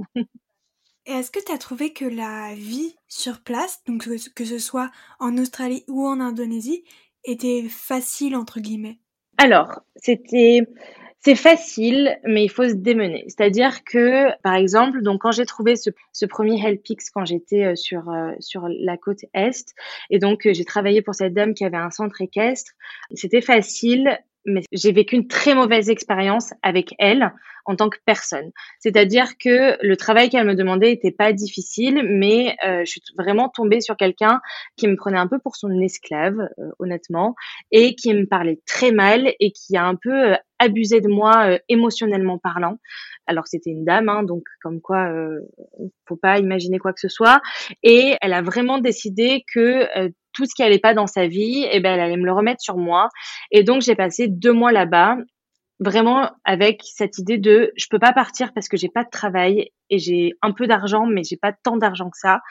Et est-ce que tu as trouvé que la vie sur place, donc que ce soit en Australie ou en Indonésie, était facile entre guillemets? Alors, C'est facile, mais il faut se démener. C'est-à-dire que, par exemple, donc quand j'ai trouvé ce premier HelpX quand j'étais sur la côte est, et donc j'ai travaillé pour cette dame qui avait un centre équestre, c'était facile, mais j'ai vécu une très mauvaise expérience avec elle en tant que personne. C'est-à-dire que le travail qu'elle me demandait était pas difficile, mais je suis vraiment tombée sur quelqu'un qui me prenait un peu pour son esclave, honnêtement, et qui me parlait très mal et qui a un peu abusé de moi émotionnellement parlant. Alors c'était une dame, hein, donc comme quoi, faut pas imaginer quoi que ce soit. Et elle a vraiment décidé que tout ce qui allait pas dans sa vie, eh ben elle allait me le remettre sur moi. Et donc j'ai passé 2 mois là-bas, vraiment avec cette idée de je peux pas partir parce que j'ai pas de travail et j'ai un peu d'argent, mais j'ai pas tant d'argent que ça.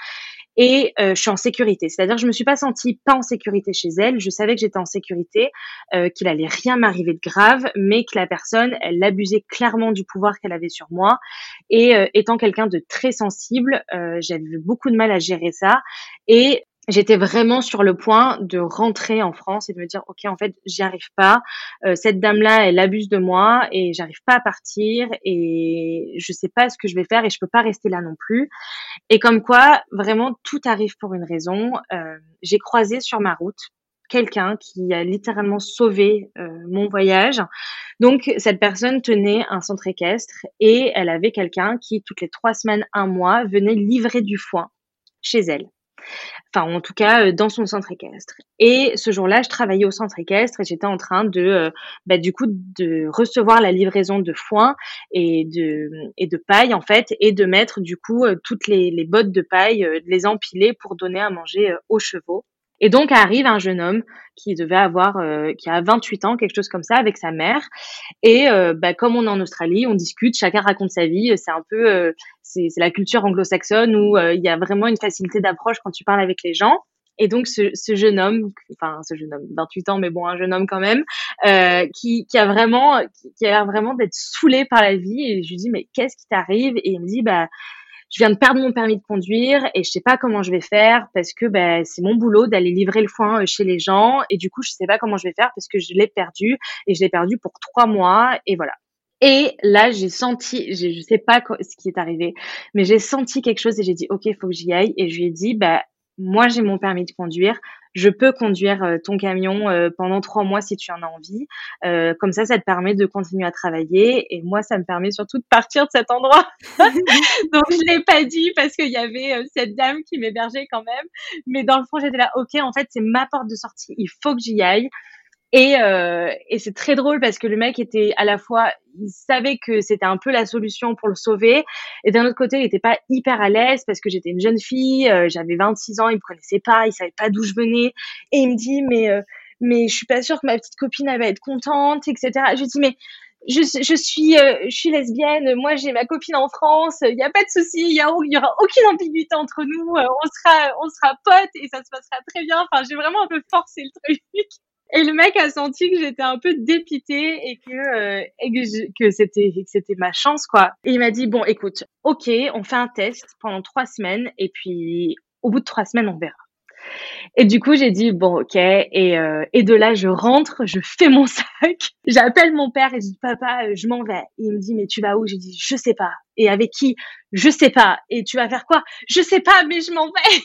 Et je suis en sécurité. C'est-à-dire que je me suis pas sentie pas en sécurité chez elle. Je savais que j'étais en sécurité, qu'il allait rien m'arriver de grave, mais que la personne, elle abusait clairement du pouvoir qu'elle avait sur moi. Et étant quelqu'un de très sensible, j'avais beaucoup de mal à gérer ça. Et j'étais vraiment sur le point de rentrer en France et de me dire, OK, en fait, j'y arrive pas. Cette dame-là, elle abuse de moi et j'arrive pas à partir et je sais pas ce que je vais faire et je peux pas rester là non plus. Et comme quoi, vraiment, tout arrive pour une raison. J'ai croisé sur ma route quelqu'un qui a littéralement sauvé mon voyage. Donc, cette personne tenait un centre équestre et elle avait quelqu'un qui, toutes les 3 semaines, un mois, venait livrer du foin chez elle. Enfin, en tout cas, dans son centre équestre. Et ce jour-là, je travaillais au centre équestre et j'étais en train de, du coup, de recevoir la livraison de foin et de paille, en fait, et de mettre, du coup, toutes les bottes de paille, de les empiler pour donner à manger aux chevaux. Et donc arrive un jeune homme qui devait avoir, qui a 28 ans, quelque chose comme ça, avec sa mère. Et comme on est en Australie, on discute, chacun raconte sa vie. C'est un peu, c'est la culture anglo-saxonne où il y a vraiment une facilité d'approche quand tu parles avec les gens. Et donc ce jeune homme, 28 ans, mais bon, un jeune homme quand même, qui a vraiment, qui a l'air vraiment d'être saoulé par la vie. Et je lui dis mais qu'est-ce qui t'arrive? Et il me dit je viens de perdre mon permis de conduire et je sais pas comment je vais faire parce que c'est mon boulot d'aller livrer le foin chez les gens et du coup je sais pas comment je vais faire parce que je l'ai perdu et je l'ai perdu pour 3 mois et voilà. Et là j'ai senti, je sais pas ce qui est arrivé, mais j'ai senti quelque chose et j'ai dit ok, faut que j'y aille et je lui ai dit moi j'ai mon permis de conduire, je peux conduire ton camion pendant 3 mois si tu en as envie. Comme ça te permet de continuer à travailler et moi ça me permet surtout de partir de cet endroit. Donc je l'ai pas dit parce qu'il y avait cette dame qui m'hébergeait quand même, mais dans le fond j'étais là, ok, en fait c'est ma porte de sortie, il faut que j'y aille. Et c'est très drôle parce que le mec était à la fois, il savait que c'était un peu la solution pour le sauver, et d'un autre côté, il était pas hyper à l'aise parce que j'étais une jeune fille, j'avais 26 ans, il me connaissait pas, il savait pas d'où je venais, et il me dit mais je suis pas sûre que ma petite copine elle va être contente, etc. Je lui dis mais je suis lesbienne, moi j'ai ma copine en France, il y a pas de souci, il y aura aucune ambiguïté entre nous, on sera potes et ça se passera très bien. Enfin, j'ai vraiment un peu forcé le truc. Et le mec a senti que j'étais un peu dépitée et que c'était ma chance, quoi. Et il m'a dit, bon, écoute, ok, on fait un test pendant 3 semaines et puis au bout de 3 semaines, on verra. Et du coup, j'ai dit, bon, ok. Et de là, je rentre, je fais mon sac. J'appelle mon père et je dis, papa, je m'en vais. Et il me dit, mais tu vas où? J'ai dit, je sais pas. Et avec qui? Je sais pas. Et tu vas faire quoi? Je sais pas, mais je m'en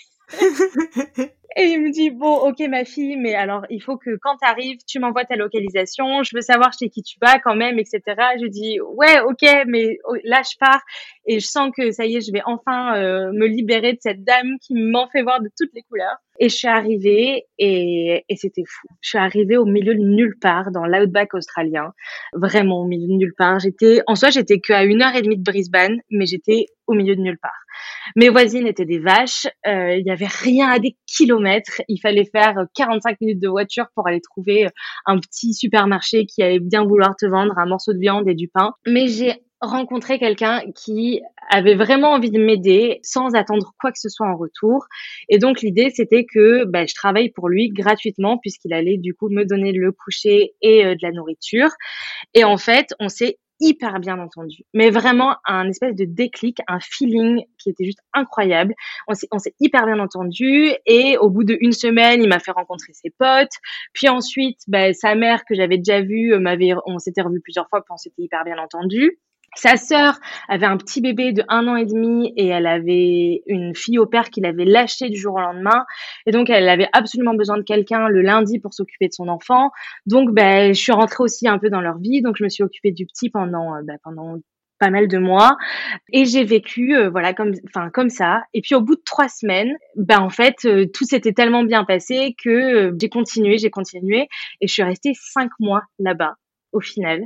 vais. Et il me dit, bon, ok, ma fille, mais alors, il faut que quand t'arrives, tu m'envoies ta localisation, je veux savoir chez qui tu vas quand même, etc. Je dis, ouais, ok, mais là, je pars et je sens que ça y est, je vais enfin me libérer de cette dame qui m'en fait voir de toutes les couleurs. Et je suis arrivée et c'était fou. Je suis arrivée au milieu de nulle part, dans l'outback australien. Vraiment au milieu de nulle part. J'étais qu'à 1 heure et demie de Brisbane, mais j'étais au milieu de nulle part. Mes voisines étaient des vaches. Il y avait rien à des kilomètres. Il fallait faire 45 minutes de voiture pour aller trouver un petit supermarché qui allait bien vouloir te vendre un morceau de viande et du pain. Mais j'ai rencontré quelqu'un qui avait vraiment envie de m'aider sans attendre quoi que ce soit en retour. Et donc, l'idée, c'était que je travaille pour lui gratuitement puisqu'il allait du coup me donner le coucher et de la nourriture. Et en fait, on s'est hyper bien entendu. Mais vraiment un espèce de déclic, un feeling qui était juste incroyable. On s'est hyper bien entendu et au bout d'1 semaine, il m'a fait rencontrer ses potes. Puis ensuite, sa mère que j'avais déjà vue, on s'était revus plusieurs fois, puis on s'était hyper bien entendu. Sa sœur avait un petit bébé de 1 an et demi et elle avait une fille au père qui l'avait lâchée du jour au lendemain. Et donc, elle avait absolument besoin de quelqu'un le lundi pour s'occuper de son enfant. Donc, je suis rentrée aussi un peu dans leur vie. Donc, je me suis occupée du petit pendant pas mal de mois et j'ai vécu voilà comme ça. Et puis au bout de 3 semaines, en fait tout s'était tellement bien passé que j'ai continué et je suis restée 5 mois là-bas au final.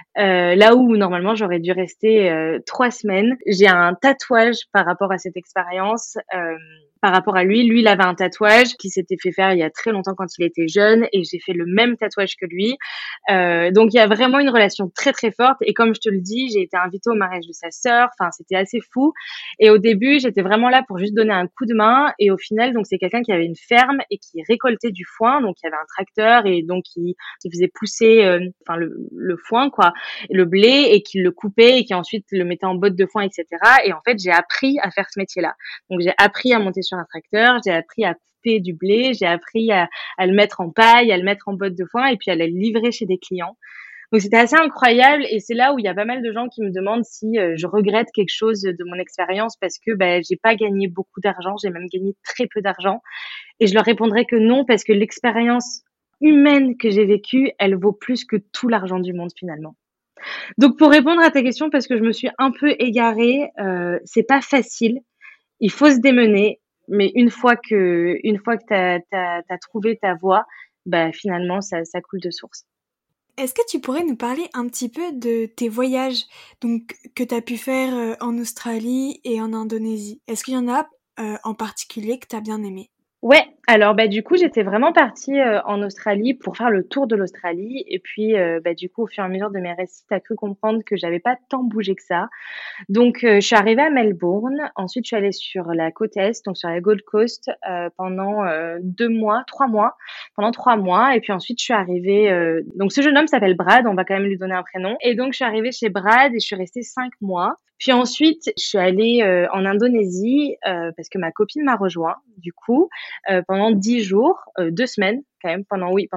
Là où normalement j'aurais dû rester 3 semaines. J'ai un tatouage par rapport à cette expérience. Par rapport à lui, il avait un tatouage qui s'était fait faire il y a très longtemps quand il était jeune et j'ai fait le même tatouage que lui. Donc il y a vraiment une relation très très forte et comme je te le dis, j'ai été invitée au mariage de sa sœur. Enfin, c'était assez fou. Et au début, j'étais vraiment là pour juste donner un coup de main et au final, donc c'est quelqu'un qui avait une ferme et qui récoltait du foin. Donc il y avait un tracteur et donc qui faisait pousser le foin quoi, le blé et qui le coupait et qui ensuite le mettait en botte de foin, etc. Et en fait, j'ai appris à faire ce métier-là. Donc j'ai appris à monter sur un tracteur, j'ai appris à couper du blé, j'ai appris à le mettre en paille, à le mettre en botte de foin et puis à le livrer chez des clients. Donc c'était assez incroyable et c'est là où il y a pas mal de gens qui me demandent si je regrette quelque chose de mon expérience parce que j'ai pas gagné beaucoup d'argent, j'ai même gagné très peu d'argent et je leur répondrai que non parce que l'expérience humaine que j'ai vécue, elle vaut plus que tout l'argent du monde finalement. Donc pour répondre à ta question parce que je me suis un peu égarée, c'est pas facile, il faut se démener, mais une fois que t'as trouvé ta voie, finalement ça coule de source. Est-ce que tu pourrais nous parler un petit peu de tes voyages donc que tu as pu faire en Australie et en Indonésie? Est-ce qu'il y en a en particulier que tu as bien aimé? Ouais, alors du coup, j'étais vraiment partie en Australie pour faire le tour de l'Australie et puis du coup, au fur et à mesure de mes récits, t'as cru comprendre que j'avais pas tant bougé que ça. Donc, je suis arrivée à Melbourne. Ensuite, je suis allée sur la côte est, donc sur la Gold Coast, pendant 2 mois, 3 mois, pendant 3 mois. Et puis ensuite, je suis arrivée. Donc, ce jeune homme s'appelle Brad. On va quand même lui donner un prénom. Et donc, je suis arrivée chez Brad et je suis restée 5 mois. Puis ensuite, je suis allée en Indonésie parce que ma copine m'a rejoint. Du coup, pendant 10 jours, 2 semaines quand même.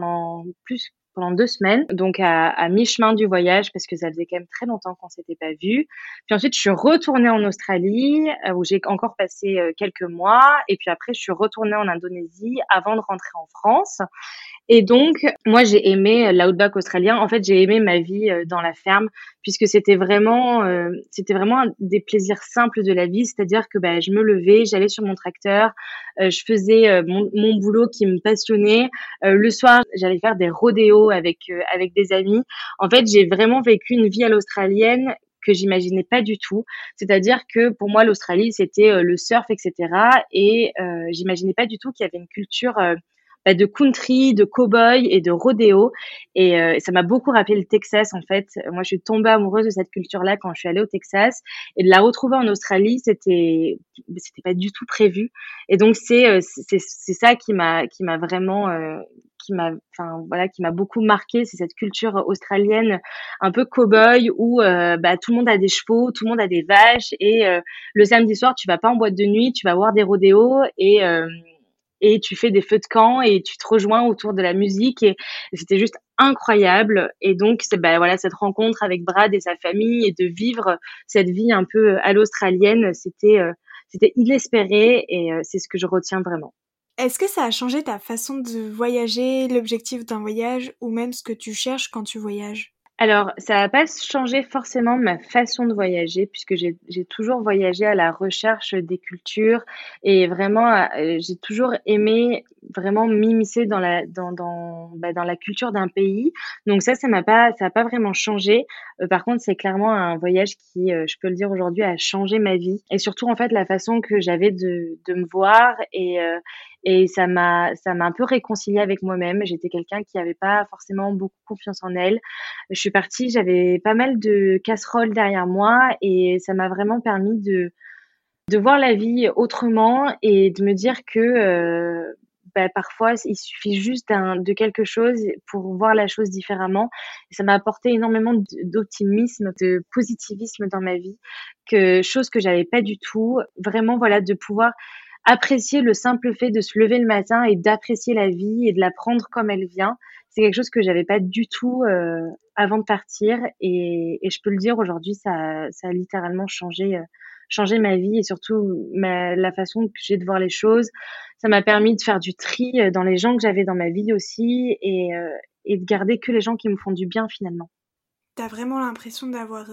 Pendant 2 semaines, donc à mi-chemin du voyage parce que ça faisait quand même très longtemps qu'on s'était pas vus. Puis ensuite, je suis retournée en Australie où j'ai encore passé quelques mois. Et puis après, je suis retournée en Indonésie avant de rentrer en France. Et donc, moi, j'ai aimé l'outback australien. En fait, j'ai aimé ma vie dans la ferme puisque c'était vraiment des plaisirs simples de la vie. C'est-à-dire que je me levais, j'allais sur mon tracteur, je faisais mon boulot qui me passionnait. Le soir, j'allais faire des rodéos avec des amis. En fait, j'ai vraiment vécu une vie à l'australienne que j'imaginais pas du tout. C'est-à-dire que pour moi, l'Australie, c'était le surf, etc. Et j'imaginais pas du tout qu'il y avait une culture de country, de cow-boy et de rodéo. Et ça m'a beaucoup rappelé le Texas, en fait. Moi, je suis tombée amoureuse de cette culture-là quand je suis allée au Texas. Et de la retrouver en Australie, c'était pas du tout prévu. Et donc, c'est ça qui m'a vraiment, qui m'a beaucoup marqué. C'est cette culture australienne un peu cow-boy où tout le monde a des chevaux, tout le monde a des vaches. Et le samedi soir, tu vas pas en boîte de nuit, tu vas voir des rodéos et tu fais des feux de camp et tu te rejoins autour de la musique et c'était juste incroyable. Et donc voilà, cette rencontre avec Brad et sa famille et de vivre cette vie un peu à l'australienne, c'était inespéré et c'est ce que je retiens vraiment. Est-ce que ça a changé ta façon de voyager, l'objectif d'un voyage ou même ce que tu cherches quand tu voyages? Alors, ça n'a pas changé forcément ma façon de voyager puisque j'ai toujours voyagé à la recherche des cultures et vraiment, j'ai toujours aimé vraiment m'immiscer dans la culture d'un pays. Donc ça a pas vraiment changé. Par contre, c'est clairement un voyage qui, je peux le dire aujourd'hui, a changé ma vie et surtout, en fait, la façon que j'avais de me voir et ça m'a un peu réconciliée avec moi-même. J'étais quelqu'un qui avait pas forcément beaucoup confiance en elle. Je suis partie, j'avais pas mal de casseroles derrière moi et ça m'a vraiment permis de voir la vie autrement et de me dire que parfois, il suffit juste de quelque chose pour voir la chose différemment. Et ça m'a apporté énormément d'optimisme, de positivisme dans ma vie, chose que j'avais pas du tout. Vraiment, voilà, de pouvoir apprécier le simple fait de se lever le matin et d'apprécier la vie et de la prendre comme elle vient. C'est quelque chose que j'avais pas du tout avant de partir et je peux le dire aujourd'hui, ça a littéralement changé ma vie et surtout la façon que j'ai de voir les choses. Ça m'a permis de faire du tri dans les gens que j'avais dans ma vie aussi et de garder que les gens qui me font du bien finalement. T'as vraiment l'impression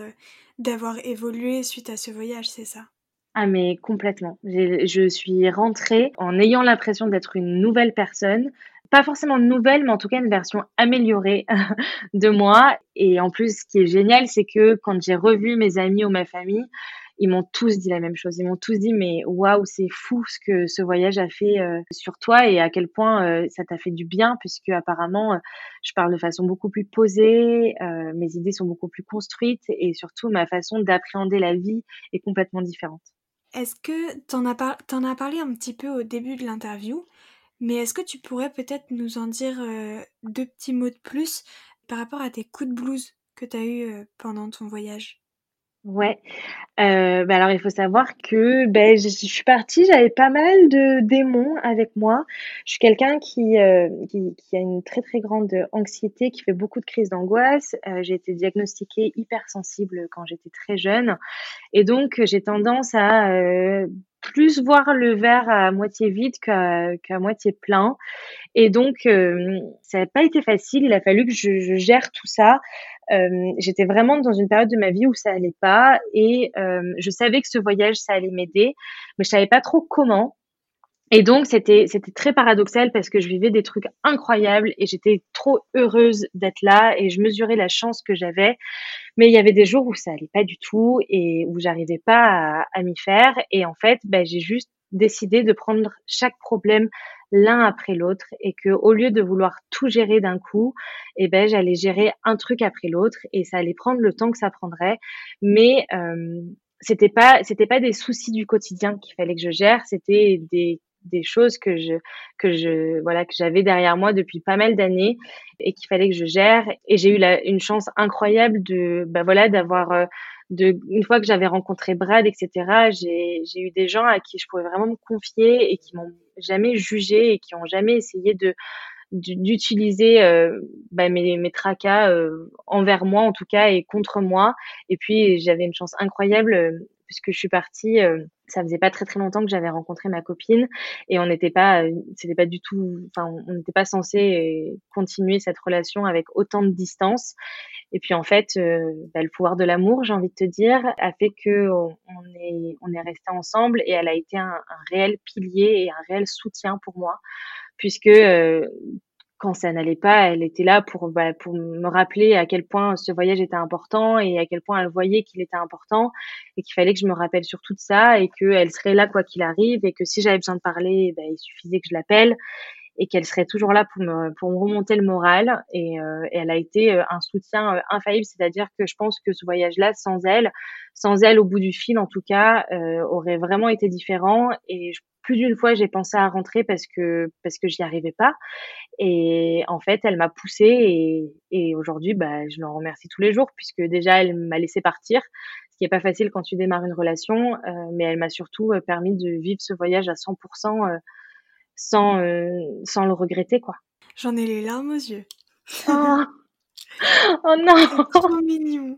d'avoir évolué suite à ce voyage, c'est ça? Ah mais complètement. Je suis rentrée en ayant l'impression d'être une nouvelle personne. Pas forcément nouvelle, mais en tout cas une version améliorée de moi. Et en plus, ce qui est génial, c'est que quand j'ai revu mes amis ou ma famille, ils m'ont tous dit la même chose. Ils m'ont tous dit, mais waouh, c'est fou ce que ce voyage a fait sur toi et à quel point ça t'a fait du bien, puisque apparemment, je parle de façon beaucoup plus posée, mes idées sont beaucoup plus construites et surtout ma façon d'appréhender la vie est complètement différente. Est-ce que t'en as parlé un petit peu au début de l'interview, mais est-ce que tu pourrais peut-être nous en dire deux petits mots de plus par rapport à tes coups de blues que t'as eu pendant ton voyage? Ouais. Alors il faut savoir que je suis partie, j'avais pas mal de démons avec moi. Je suis quelqu'un qui a une très très grande anxiété, qui fait beaucoup de crises d'angoisse. J'ai été diagnostiquée hypersensible quand j'étais très jeune et donc j'ai tendance à plus voir le verre à moitié vide qu'à moitié plein. Et donc, ça n'a pas été facile. Il a fallu que je gère tout ça. J'étais vraiment dans une période de ma vie où ça allait pas et je savais que ce voyage, ça allait m'aider, mais je savais pas trop comment. Et donc, c'était très paradoxal parce que je vivais des trucs incroyables et j'étais trop heureuse d'être là et je mesurais la chance que j'avais. Mais il y avait des jours où ça allait pas du tout et où j'arrivais pas à m'y faire. Et en fait, j'ai juste décidé de prendre chaque problème l'un après l'autre et que au lieu de vouloir tout gérer d'un coup, j'allais gérer un truc après l'autre et ça allait prendre le temps que ça prendrait. Mais c'était pas des soucis du quotidien qu'il fallait que je gère, c'était des choses que j'avais derrière moi depuis pas mal d'années et qu'il fallait que je gère. Et j'ai eu une chance incroyable d'avoir une fois que j'avais rencontré Brad, etc. J'ai eu des gens à qui je pouvais vraiment me confier et qui m'ont jamais jugé et qui ont jamais essayé d'utiliser mes tracas envers moi en tout cas et contre moi. Et puis j'avais une chance incroyable puisque je suis partie. Ça faisait pas très très longtemps que j'avais rencontré ma copine et on n'était pas, c'était pas du tout, enfin on n'était pas censé continuer cette relation avec autant de distance. Et puis en fait, le pouvoir de l'amour, j'ai envie de te dire, a fait que on est resté ensemble et elle a été un réel pilier et un réel soutien pour moi puisque quand ça n'allait pas, elle était là pour me rappeler à quel point ce voyage était important et à quel point elle voyait qu'il était important et qu'il fallait que je me rappelle sur tout ça et qu'elle serait là quoi qu'il arrive et que si j'avais besoin de parler, il suffisait que je l'appelle et qu'elle serait toujours là pour me remonter le moral et elle a été un soutien infaillible, c'est-à-dire que je pense que ce voyage-là sans elle au bout du fil en tout cas aurait vraiment été différent et plus d'une fois j'ai pensé à rentrer parce que j'y arrivais pas et en fait elle m'a poussée et aujourd'hui je l'en remercie tous les jours puisque déjà elle m'a laissé partir, ce qui est pas facile quand tu démarres une relation, mais elle m'a surtout permis de vivre ce voyage à 100% sans le regretter, quoi. J'en ai les larmes aux yeux. Oh, oh C'est non! trop mignon.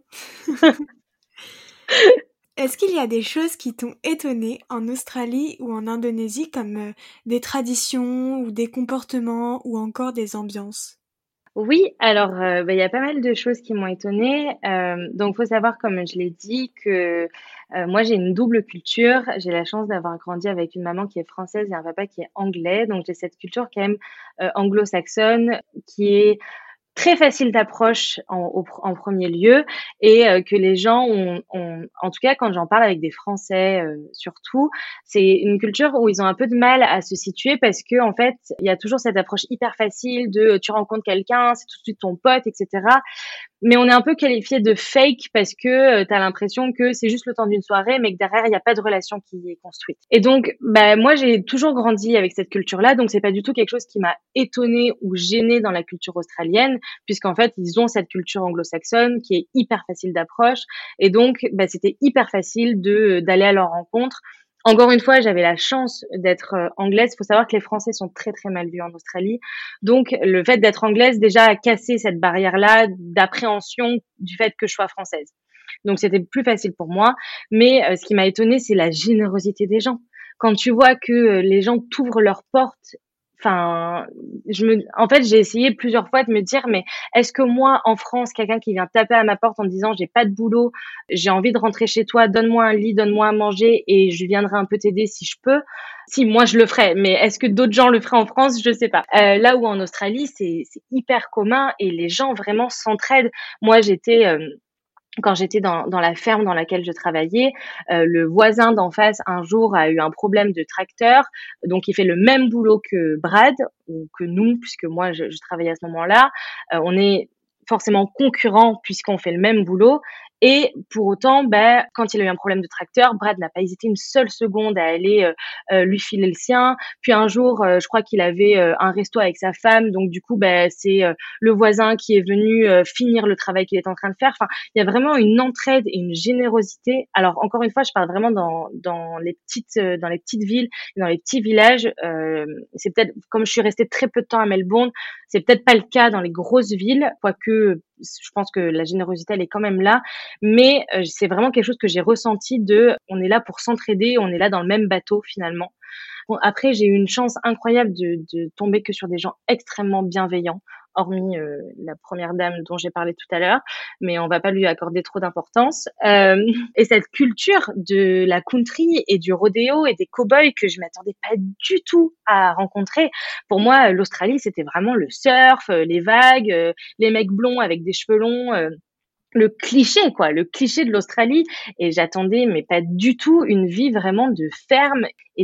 Est-ce qu'il y a des choses qui t'ont étonné en Australie ou en Indonésie comme des traditions ou des comportements ou encore des ambiances? Oui, alors, il y a pas mal de choses qui m'ont étonnée. Donc faut savoir, comme je l'ai dit, que, moi j'ai une double culture. J'ai la chance d'avoir grandi avec une maman qui est française et un papa qui est anglais. Donc j'ai cette culture quand même, anglo-saxonne qui est très facile d'approche en premier lieu et que les gens en tout cas quand j'en parle avec des Français surtout, c'est une culture où ils ont un peu de mal à se situer parce que en fait, il y a toujours cette approche hyper facile de tu rencontres quelqu'un, c'est tout de suite ton pote, etc. mais on est un peu qualifié de fake parce que tu as l'impression que c'est juste le temps d'une soirée, mais que derrière, il n'y a pas de relation qui est construite. Et donc, moi, j'ai toujours grandi avec cette culture-là, donc c'est pas du tout quelque chose qui m'a étonnée ou gênée dans la culture australienne, puisqu'en fait, ils ont cette culture anglo-saxonne qui est hyper facile d'approche, et donc, c'était hyper facile d'aller à leur rencontre. Encore une fois, j'avais la chance d'être anglaise. Il faut savoir que les Français sont très très mal vus en Australie. Donc, le fait d'être anglaise déjà a cassé cette barrière-là d'appréhension du fait que je sois française. Donc, c'était plus facile pour moi. Mais ce qui m'a étonnée, c'est la générosité des gens. Quand tu vois que les gens t'ouvrent leurs portes, enfin, en fait, j'ai essayé plusieurs fois de me dire, mais est-ce que moi, en France, quelqu'un qui vient taper à ma porte en disant, j'ai pas de boulot, j'ai envie de rentrer chez toi, donne-moi un lit, donne-moi à manger et je viendrai un peu t'aider si je peux. Si, moi, je le ferais. Mais est-ce que d'autres gens le feraient en France? Je sais pas. Là où en Australie, c'est hyper commun et les gens vraiment s'entraident. Moi, quand j'étais dans la ferme dans laquelle je travaillais, le voisin d'en face un jour a eu un problème de tracteur, donc il fait le même boulot que Brad ou que nous, puisque moi je travaillais à ce moment-là. On est forcément concurrents puisqu'on fait le même boulot. Et pour autant, quand il a eu un problème de tracteur, Brad n'a pas hésité une seule seconde à aller lui filer le sien. Puis un jour, je crois qu'il avait un resto avec sa femme, donc du coup, c'est le voisin qui est venu finir le travail qu'il est en train de faire. Enfin, il y a vraiment une entraide et une générosité. Alors encore une fois, je parle vraiment dans les petites villes, dans les petits villages. C'est peut-être, comme je suis restée très peu de temps à Melbourne, c'est peut-être pas le cas dans les grosses villes, quoique je pense que la générosité elle est quand même là. Mais c'est vraiment quelque chose que j'ai ressenti on est là pour s'entraider, on est là dans le même bateau finalement. Bon, après, j'ai eu une chance incroyable de tomber que sur des gens extrêmement bienveillants, hormis la première dame dont j'ai parlé tout à l'heure, mais on va pas lui accorder trop d'importance. Et cette culture de la country et du rodéo et des cow-boys que je m'attendais pas du tout à rencontrer. Pour moi, l'Australie, c'était vraiment le surf, les vagues, les mecs blonds avec des cheveux longs. Le cliché, quoi, le cliché de l'Australie. Et j'attendais, mais pas du tout, une vie vraiment de ferme et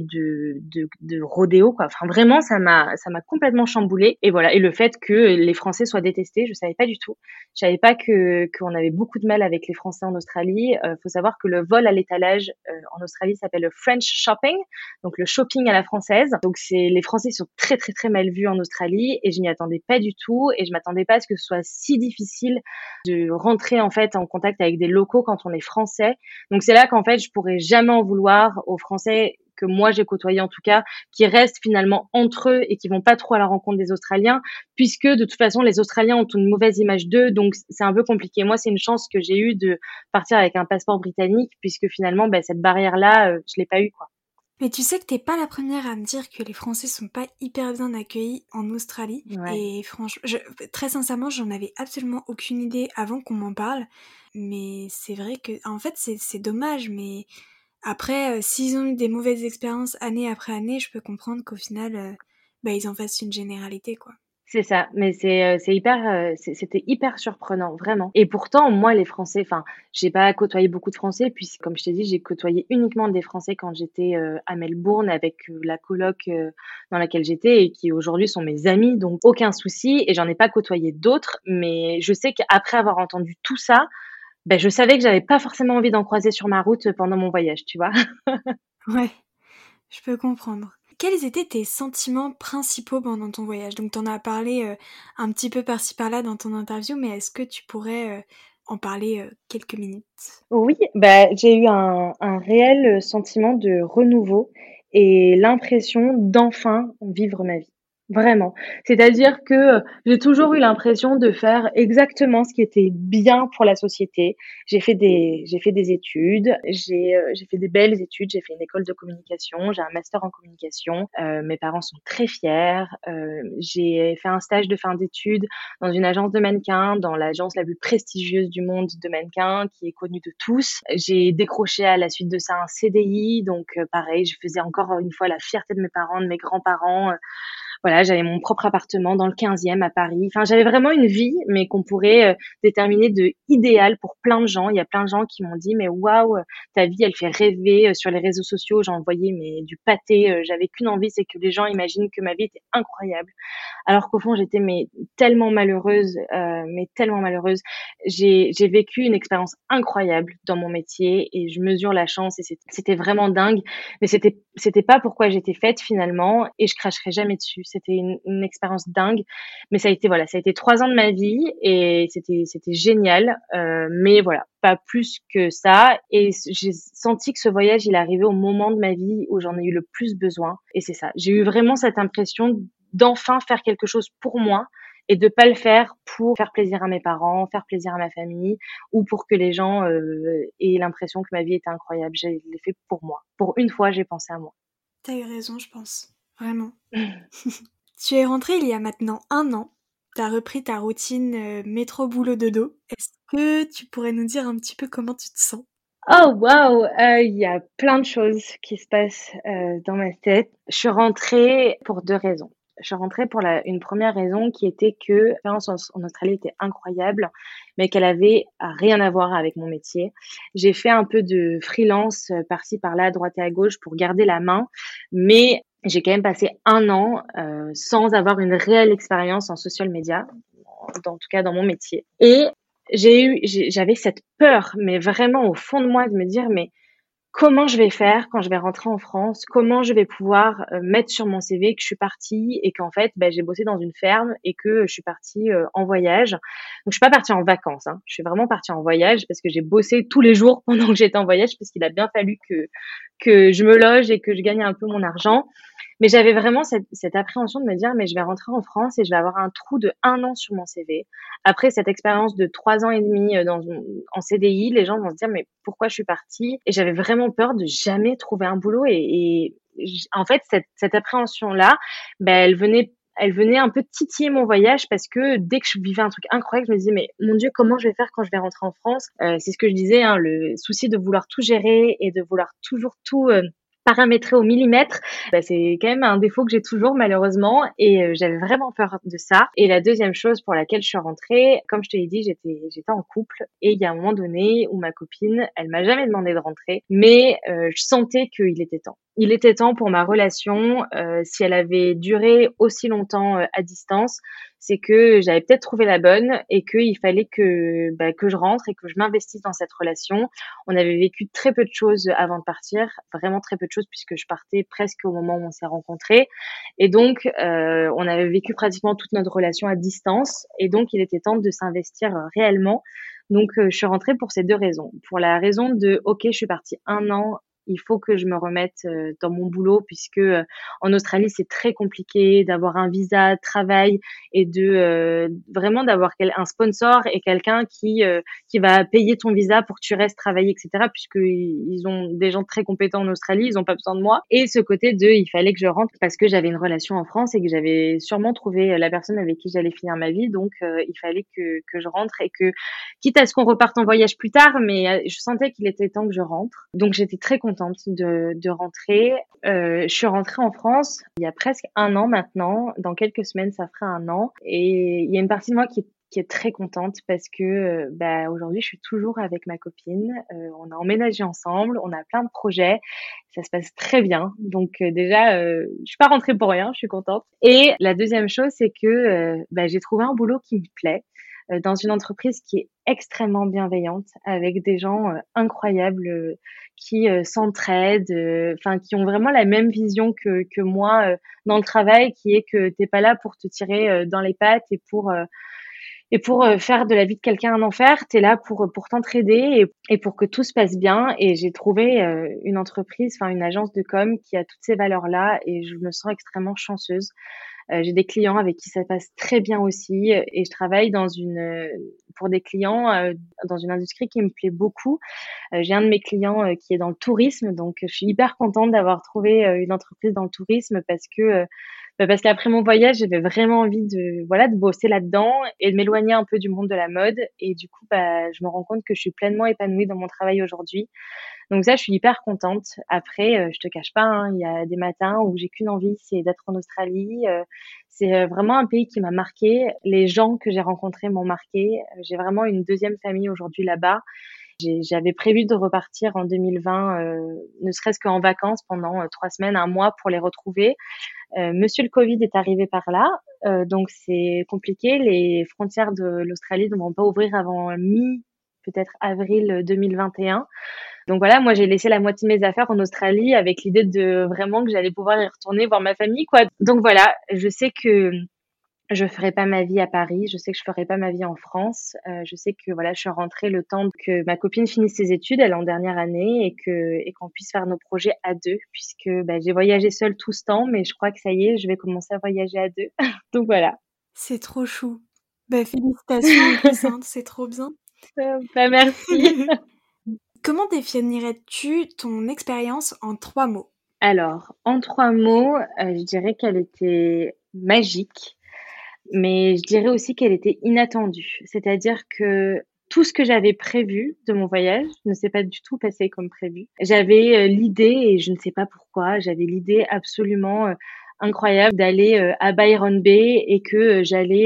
de rodéo, quoi. Enfin, vraiment, ça m'a complètement chamboulée. Et voilà. Et le fait que les Français soient détestés, je savais pas du tout. Je savais pas qu'on avait beaucoup de mal avec les Français en Australie. Faut savoir que le vol à l'étalage en Australie s'appelle le French shopping, donc le shopping à la française. Donc les Français sont très très très mal vus en Australie et je m'y attendais pas du tout et je m'attendais pas à ce que ce soit si difficile de rentrer en fait en contact avec des locaux quand on est français. Donc c'est là qu'en fait je pourrais jamais en vouloir aux Français que moi j'ai côtoyés en tout cas, qui restent finalement entre eux et qui vont pas trop à la rencontre des Australiens, puisque de toute façon les Australiens ont une mauvaise image d'eux, donc c'est un peu compliqué. Moi c'est une chance que j'ai eue de partir avec un passeport britannique, puisque finalement cette barrière-là, je l'ai pas eue, quoi. Mais tu sais que t'es pas la première à me dire que les Français sont pas hyper bien accueillis en Australie. Ouais. Et franchement, très sincèrement, j'en avais absolument aucune idée avant qu'on m'en parle. Mais c'est vrai que, en fait, c'est dommage. Mais après, s'ils ont eu des mauvaises expériences année après année, je peux comprendre qu'au final, ils en fassent une généralité, quoi. C'est ça, mais c'est hyper, c'était hyper surprenant, vraiment. Et pourtant, moi, les Français, enfin, j'ai pas côtoyé beaucoup de Français, puis comme je t'ai dit, j'ai côtoyé uniquement des Français quand j'étais à Melbourne avec la coloc dans laquelle j'étais et qui aujourd'hui sont mes amis, donc aucun souci. Et j'en ai pas côtoyé d'autres, mais je sais qu'après avoir entendu tout ça, je savais que j'avais pas forcément envie d'en croiser sur ma route pendant mon voyage, tu vois. Ouais, je peux comprendre. Quels étaient tes sentiments principaux pendant ton voyage? Donc t'en as parlé un petit peu par-ci par-là dans ton interview, mais est-ce que tu pourrais en parler quelques minutes? Oui, j'ai eu un réel sentiment de renouveau et l'impression d'enfin vivre ma vie. Vraiment. C'est-à-dire que j'ai toujours eu l'impression de faire exactement ce qui était bien pour la société. J'ai fait des études, j'ai fait des belles études, j'ai fait une école de communication, j'ai un master en communication. Mes parents sont très fiers. J'ai fait un stage de fin d'études dans une agence de mannequins, dans l'agence la plus prestigieuse du monde de mannequins, qui est connue de tous. J'ai décroché à la suite de ça un CDI, donc pareil, je faisais encore une fois la fierté de mes parents, de mes grands-parents. voilà, j'avais mon propre appartement dans le 15e à Paris. Enfin, j'avais vraiment une vie, mais qu'on pourrait déterminer de idéal pour plein de gens. Il y a plein de gens qui m'ont dit, mais waouh, ta vie, elle fait rêver. Sur les réseaux sociaux, j'ai envoyé mais du pâté. J'avais qu'une envie, c'est que les gens imaginent que ma vie était incroyable. Alors qu'au fond, j'étais mais tellement malheureuse, mais tellement malheureuse. J'ai vécu une expérience incroyable dans mon métier et je mesure la chance et c'était vraiment dingue. Mais c'était pas pourquoi j'étais faite finalement et je cracherai jamais dessus. C'était une expérience dingue. Mais ça a été voilà, ça a été 3 ans de ma vie et c'était génial. Mais voilà, pas plus que ça. Et j'ai senti que ce voyage, il arrivait au moment de ma vie où j'en ai eu le plus besoin. Et c'est ça. J'ai eu vraiment cette impression d'enfin faire quelque chose pour moi et de pas le faire pour faire plaisir à mes parents, faire plaisir à ma famille ou pour que les gens aient l'impression que ma vie était incroyable. Je l'ai fait pour moi. Pour une fois, j'ai pensé à moi. T'as eu raison, je pense. Vraiment. Tu es rentrée il y a maintenant 1 an. T'as repris ta routine métro boulot dodo. Est-ce que tu pourrais nous dire un petit peu comment tu te sens? Oh waouh, il y a plein de choses qui se passent dans ma tête. Je suis rentrée pour 2 raisons. Je suis rentrée pour une première raison qui était que l'expérience en Australie était incroyable, mais qu'elle avait rien à voir avec mon métier. J'ai fait un peu de freelance par-ci par-là, à droite et à gauche pour garder la main, mais j'ai quand même passé 1 an sans avoir une réelle expérience en social media, en tout cas dans mon métier. Et j'avais cette peur, mais vraiment au fond de moi, de me dire, mais comment je vais faire quand je vais rentrer en France? Comment je vais pouvoir mettre sur mon CV que je suis partie et qu'en fait, ben, j'ai bossé dans une ferme et que je suis partie en voyage. Donc, je suis pas partie en vacances, hein. Je suis vraiment partie en voyage parce que j'ai bossé tous les jours pendant que j'étais en voyage parce qu'il a bien fallu que je me loge et que je gagne un peu mon argent. Mais j'avais vraiment cette appréhension de me dire, mais je vais rentrer en France et je vais avoir un trou de 1 an sur mon CV. Après cette expérience de 3 ans et demi en CDI, les gens vont se dire, mais pourquoi je suis partie? Et j'avais vraiment peur de jamais trouver un boulot. En fait, cette appréhension-là, ben, elle venait un peu titiller mon voyage parce que dès que je vivais un truc incroyable, je me disais, mais mon Dieu, comment je vais faire quand je vais rentrer en France? C'est ce que je disais, hein, le souci de vouloir tout gérer et de vouloir toujours tout paramétrer au millimètre, bah, c'est quand même un défaut que j'ai toujours malheureusement et j'avais vraiment peur de ça. Et la deuxième chose pour laquelle je suis rentrée, comme je te l'ai dit, j'étais en couple et il y a un moment donné où ma copine, elle m'a jamais demandé de rentrer, mais je sentais qu'il était temps. Il était temps pour ma relation, si elle avait duré aussi longtemps à distance, c'est que j'avais peut-être trouvé la bonne et qu'il fallait que je rentre et que je m'investisse dans cette relation. On avait vécu très peu de choses avant de partir, vraiment très peu de choses puisque je partais presque au moment où on s'est rencontrés. Et donc, on avait vécu pratiquement toute notre relation à distance. Et donc, il était temps de s'investir réellement. Donc, je suis rentrée pour ces 2 raisons. Pour la raison de, OK, je suis partie 1 an. Il faut que je me remette dans mon boulot puisque en Australie c'est très compliqué d'avoir un visa de travail et de vraiment d'avoir un sponsor et quelqu'un qui va payer ton visa pour que tu restes travailler, etc. Puisqu'ils ont des gens très compétents en Australie, ils ont pas besoin de moi. Et ce côté de, il fallait que je rentre parce que j'avais une relation en France et que j'avais sûrement trouvé la personne avec qui j'allais finir ma vie. Donc, il fallait que je rentre et que, quitte à ce qu'on reparte en voyage plus tard, mais je sentais qu'il était temps que je rentre. Donc, j'étais très contente de rentrer. Je suis rentrée en France il y a presque 1 an maintenant. Dans quelques semaines, ça fera 1 an. Et il y a une partie de moi qui est très contente parce que bah, aujourd'hui, je suis toujours avec ma copine. On a emménagé ensemble, on a plein de projets. Ça se passe très bien. Donc déjà, je suis pas rentrée pour rien, je suis contente. Et la deuxième chose, c'est que bah, j'ai trouvé un boulot qui me plaît dans une entreprise qui est extrêmement bienveillante, avec des gens incroyables qui s'entraident, enfin qui ont vraiment la même vision que moi dans le travail, qui est que t'es pas là pour te tirer dans les pattes et pour faire de la vie de quelqu'un un enfer, tu es là pour t'entraider et pour que tout se passe bien. Et j'ai trouvé une entreprise, enfin une agence de com qui a toutes ces valeurs-là et je me sens extrêmement chanceuse. J'ai des clients avec qui ça passe très bien aussi et je travaille pour des clients dans une industrie qui me plaît beaucoup. J'ai un de mes clients qui est dans le tourisme, donc je suis hyper contente d'avoir trouvé une entreprise dans le tourisme Parce qu'après mon voyage, j'avais vraiment envie de bosser là-dedans et de m'éloigner un peu du monde de la mode. Et du coup, je me rends compte que je suis pleinement épanouie dans mon travail aujourd'hui. Donc ça, je suis hyper contente. Après, je te cache pas, hein, il y a des matins où j'ai qu'une envie, c'est d'être en Australie. C'est vraiment un pays qui m'a marqué. Les gens que j'ai rencontrés m'ont marqué. J'ai vraiment une deuxième famille aujourd'hui là-bas. J'avais prévu de repartir en 2020, ne serait-ce qu'en vacances pendant 3 semaines, un mois pour les retrouver. Monsieur le Covid est arrivé par là, donc c'est compliqué. Les frontières de l'Australie ne vont pas ouvrir avant peut-être avril 2021. Donc voilà, moi j'ai laissé la moitié de mes affaires en Australie avec l'idée de vraiment que j'allais pouvoir y retourner voir ma famille, quoi. Donc voilà, je sais que je ferai pas ma vie à Paris, je sais que je ferai pas ma vie en France. Je sais que voilà, je suis rentrée le temps que ma copine finisse ses études, elle est en dernière année, et qu'on puisse faire nos projets à deux, puisque j'ai voyagé seule tout ce temps, mais je crois que ça y est, je vais commencer à voyager à deux. Donc voilà. C'est trop chou. Félicitations en plus, hein, c'est trop bien. Merci. Comment définirais-tu ton expérience en 3 mots? Alors, en 3 mots, je dirais qu'elle était magique. Mais je dirais aussi qu'elle était inattendue. C'est-à-dire que tout ce que j'avais prévu de mon voyage ne s'est pas du tout passé comme prévu. J'avais l'idée, et je ne sais pas pourquoi, j'avais l'idée absolument incroyable d'aller à Byron Bay et que j'allais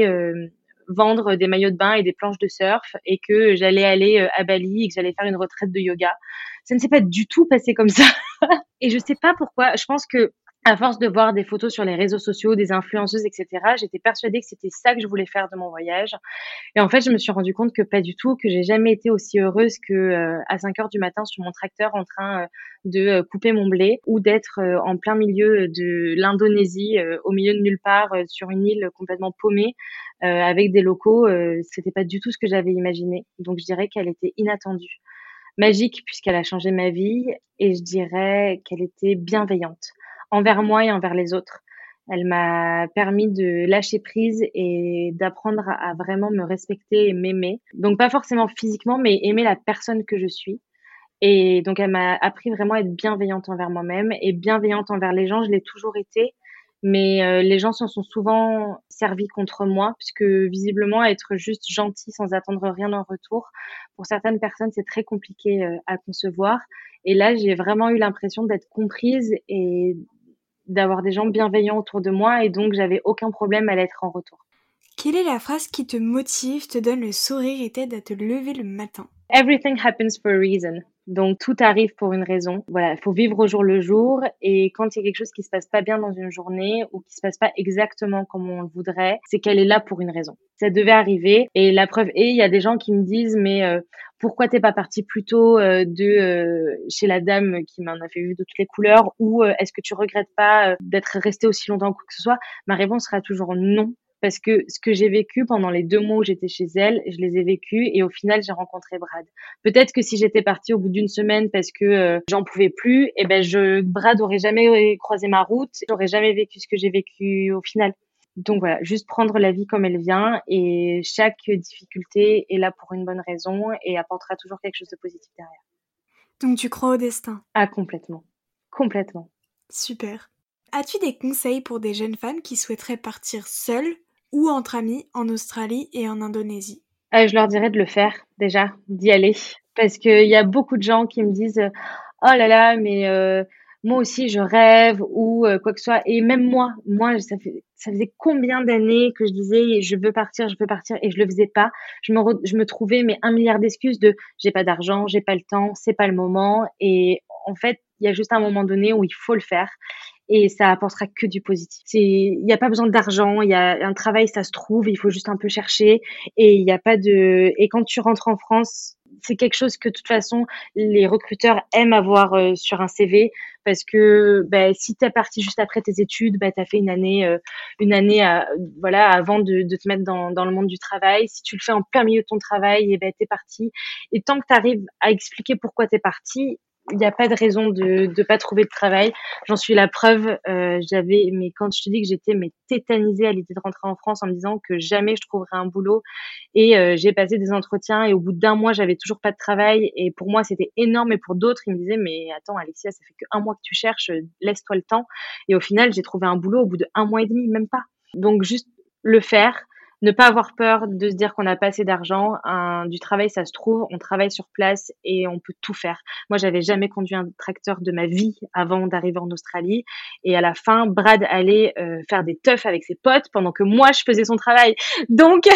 vendre des maillots de bain et des planches de surf et que j'allais aller à Bali et que j'allais faire une retraite de yoga. Ça ne s'est pas du tout passé comme ça. Et je sais pas pourquoi. Je pense que à force de voir des photos sur les réseaux sociaux, des influenceuses, etc., j'étais persuadée que c'était ça que je voulais faire de mon voyage. Et en fait, je me suis rendu compte que pas du tout, que j'ai jamais été aussi heureuse que à 5 heures du matin sur mon tracteur en train de couper mon blé, ou d'être en plein milieu de l'Indonésie, au milieu de nulle part, sur une île complètement paumée, avec des locaux. C'était pas du tout ce que j'avais imaginé. Donc, je dirais qu'elle était inattendue. Magique puisqu'elle a changé ma vie, et je dirais qu'elle était bienveillante envers moi et envers les autres. Elle m'a permis de lâcher prise et d'apprendre à vraiment me respecter et m'aimer. Donc pas forcément physiquement, mais aimer la personne que je suis. Et donc elle m'a appris vraiment à être bienveillante envers moi-même et bienveillante envers les gens. Je l'ai toujours été, mais les gens s'en sont souvent servis contre moi, puisque visiblement être juste gentil sans attendre rien en retour, pour certaines personnes, c'est très compliqué à concevoir. Et là, j'ai vraiment eu l'impression d'être comprise et d'avoir des gens bienveillants autour de moi, et donc j'avais aucun problème à l'être en retour. Quelle est la phrase qui te motive, te donne le sourire et t'aide à te lever le matin? Everything happens for a reason. Donc tout arrive pour une raison. Voilà, il faut vivre au jour le jour, et quand il y a quelque chose qui se passe pas bien dans une journée ou qui se passe pas exactement comme on le voudrait, c'est qu'elle est là pour une raison. Ça devait arriver, et la preuve est, il y a des gens qui me disent mais pourquoi t'es pas parti plus tôt chez la dame qui m'en a fait vu de toutes les couleurs, ou est-ce que tu regrettes pas d'être resté aussi longtemps, quoi que ce soit. Ma réponse sera toujours non. Parce que ce que j'ai vécu pendant les 2 mois où j'étais chez elle, je les ai vécus, et au final, j'ai rencontré Brad. Peut-être que si j'étais partie au bout d'une semaine parce que j'en pouvais plus, Brad aurait jamais croisé ma route, j'aurais jamais vécu ce que j'ai vécu au final. Donc voilà, juste prendre la vie comme elle vient, et chaque difficulté est là pour une bonne raison et apportera toujours quelque chose de positif derrière. Donc tu crois au destin? Ah, complètement. Complètement. Super. As-tu des conseils pour des jeunes femmes qui souhaiteraient partir seules ou entre amis en Australie et en Indonésie? Je leur dirais de le faire déjà, d'y aller. Parce qu'il y a beaucoup de gens qui me disent oh là là, mais moi aussi je rêve, ou quoi que ce soit. Et même moi, ça faisait combien d'années que je disais je veux partir, et je le faisais pas. Je me trouvais mais un milliard d'excuses de j'ai pas d'argent, j'ai pas le temps, c'est pas le moment. Et en fait, il y a juste un moment donné où il faut le faire, et ça apportera que du positif. Il y a pas besoin d'argent, il y a un travail, ça se trouve, il faut juste un peu chercher, et il y a pas de, et quand tu rentres en France, c'est quelque chose que de toute façon les recruteurs aiment avoir sur un CV, parce que si t'es parti juste après tes études, t'as fait une année voilà, avant de te mettre dans le monde du travail. Si tu le fais en plein milieu de ton travail, et t'es parti. Et tant que t'arrives à expliquer pourquoi t'es parti, il y a pas de raison de pas trouver de travail. J'en suis la preuve. Mais quand je te dis que j'étais tétanisée à l'idée de rentrer en France en me disant que jamais je trouverais un boulot, et j'ai passé des entretiens et au bout d'un mois j'avais toujours pas de travail, et pour moi c'était énorme, et pour d'autres ils me disaient mais attends Alexia, ça fait que 1 mois que tu cherches, laisse-toi le temps. Et au final j'ai trouvé un boulot au bout de 1 mois et demi, même pas. Donc juste le faire, ne pas avoir peur de se dire qu'on n'a pas assez d'argent. Du travail, ça se trouve, on travaille sur place et on peut tout faire. Moi, j'avais jamais conduit un tracteur de ma vie avant d'arriver en Australie. Et à la fin, Brad allait faire des teufs avec ses potes pendant que moi, je faisais son travail. Donc,